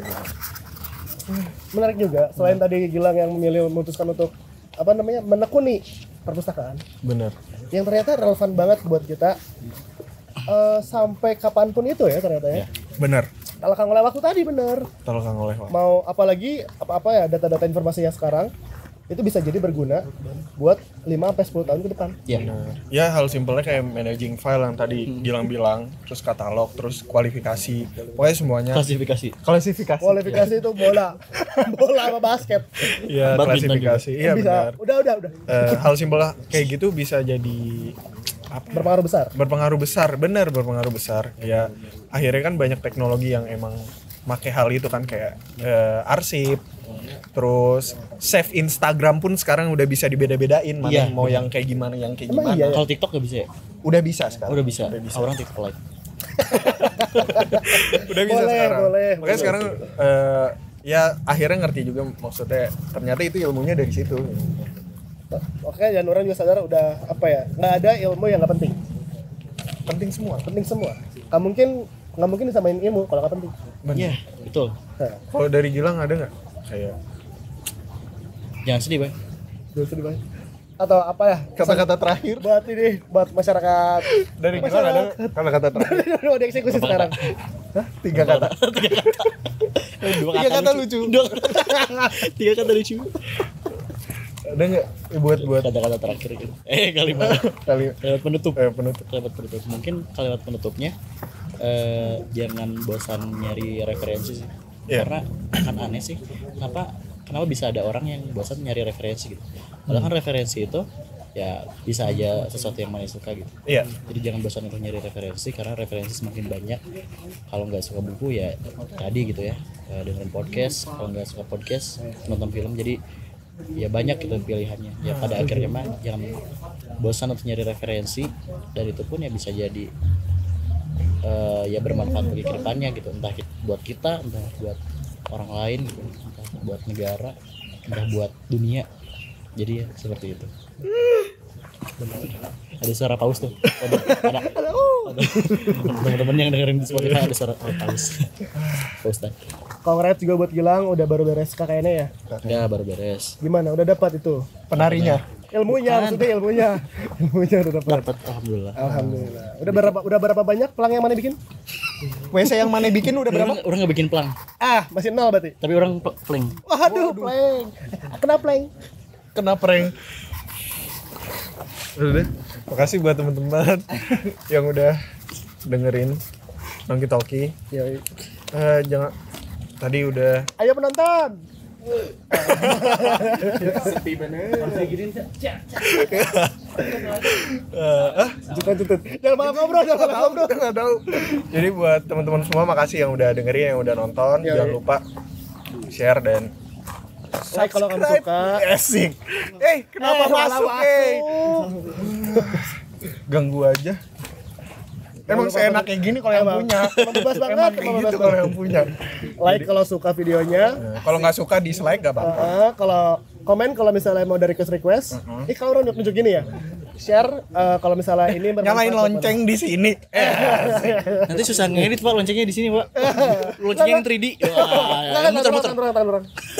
Menarik juga. Selain tadi Gilang yang memutuskan untuk menekuni perpustakaan. Benar. Yang ternyata relevan banget buat kita sampai kapanpun itu ya ternyata ya. Benar. Talakang oleh waktu tadi bener. Talakang oleh waktu. Mau apalagi apa data-data informasi yang sekarang itu bisa jadi berguna buat 5-10 tahun ke depan. Iya. Ya hal simpelnya kayak managing file yang tadi Gilang bilang, terus katalog, terus kualifikasi, pokoknya semuanya. Kualifikasi itu bola sama basket. Iya, klasifikasi. Iya benar. Udah. Hal simpel kayak gitu bisa jadi berpengaruh besar, benar berpengaruh besar. Ya akhirnya kan banyak teknologi yang emang make hal itu kan kayak arsip. Terus save Instagram pun sekarang udah bisa dibeda-bedain mana mau yang kayak gimana. Iya. Kalau TikTok nggak bisa ya? Udah bisa sekarang. Udah bisa. Orang TikTok like. Udah bisa sekarang. Makanya sekarang ya akhirnya ngerti juga maksudnya ternyata itu ilmunya dari situ. Oke, dan orang juga sadar udah nggak ada ilmu yang nggak penting. Penting semua. Nggak mungkin disamain ilmu kalau nggak penting. Iya, betul. Nah. Kalau dari Gilang ada nggak kayak jangan sedih, Bang. Atau apa ya? Kata-kata terakhir buat masyarakat. Dari Gilang ada kata-kata terakhir. Udah dieksekusi sekarang. Hah? 3 kata. 2 kata lucu. 3 kata lucu. Ada nggak buat kata-kata terakhir gitu? Kalimat penutup. Mungkin kalimat penutupnya jangan bosan nyari referensi sih. Karena kan aneh sih kenapa bisa ada orang yang bosan nyari referensi gitu. Padahal kan referensi itu ya bisa aja sesuatu yang mana suka gitu. Iya. Jadi jangan bosan untuk nyari referensi karena referensi semakin banyak. Kalau nggak suka buku ya tadi gitu ya dengerin podcast. Kalau nggak suka podcast nonton film. Jadi ya banyak gitu pilihannya. Ya pada akhirnya mah jangan bosan untuk nyari referensi dan itu pun ya bisa jadi ya bermanfaat bagi kedepannya gitu, entah buat kita, entah buat orang lain gitu, entah buat negara, entah buat dunia. Jadi ya seperti itu. Ada suara paus tuh. Ada teman-teman yang dengerin di Spotify ada suara paus. Paus tadi. Congrats juga buat Gilang, udah baru beres KKN ya? Ya baru beres. Gimana? Udah dapat itu? Penarinya? Maksudnya ilmunya udah dapat. Alhamdulillah. Udah berapa banyak pelang yang mana bikin? WC yang mana bikin udah berapa? Orang nggak bikin pelang. Masih 0 berarti. Tapi orang plank. Waduh, plank. Kena plank. Udah deh. Makasih buat teman-teman yang udah dengerin Nongki Talki. Jangan tadi udah. Ayo penonton. Sepi bener. Jutut. Jangan malah ngobrol. Nggak tahu. Jadi buat teman-teman semua makasih yang udah dengerin, yang udah nonton. Jangan lupa share dan like kalau kamu suka. Asik. Kenapa masuk? Ganggu aja. Emang seenak kayak gini kalau yang punya. Bebas banget. Emang kayak gitu kalau yang punya. Like kalau suka videonya. Kalau nggak suka dislike nggak apa-apa. Kalau komen kalau misalnya mau dari request. Kalau orang nunjuk gini ya. Share kalau misalnya ini nyalain lonceng di sini. Nanti susah ngedit Pak loncengnya di sini Pak. Loncengnya yang 3D. Muter.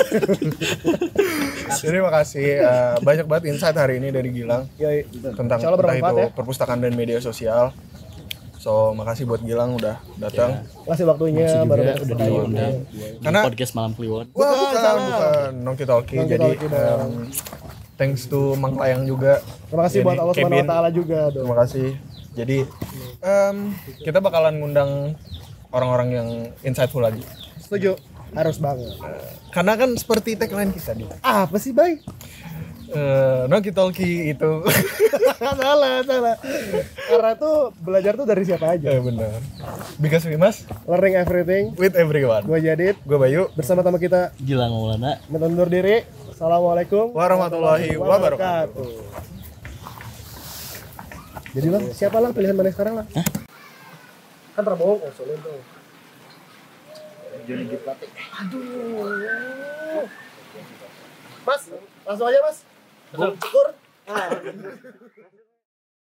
Jadi makasih banyak banget insight hari ini dari Gilang tentang entah itu perpustakaan dan media sosial. So makasih buat Gilang udah datang. Makasih waktunya baru udah diundang. Karena podcast Malam Kliwon. Bukan Nongki Talki. Jadi thanks to Mang Layang juga. Terima kasih buat Allah Subhanahu wa taala juga. Terima kasih. Jadi kita bakalan ngundang orang-orang yang insightful lagi. Setuju. Harus banget. Karena kan seperti tagline kita di. Apa sih, Bay? Nongki Talki itu. salah. Karena tuh belajar tuh dari siapa aja. Benar. Because we must learning everything with everyone. Gue Jadid, gue Bayu, bersama teman kita Gilang Maulana. Undur diri. Assalamualaikum warahmatullahi wabarakatuh. Jadi lah, siapa lah pilihan mana sekarang lah? Hah? Kan Prabowo usulin tuh. Johnny G Plate. Aduh. Mas, langsung aja Mas. Bung Cukur.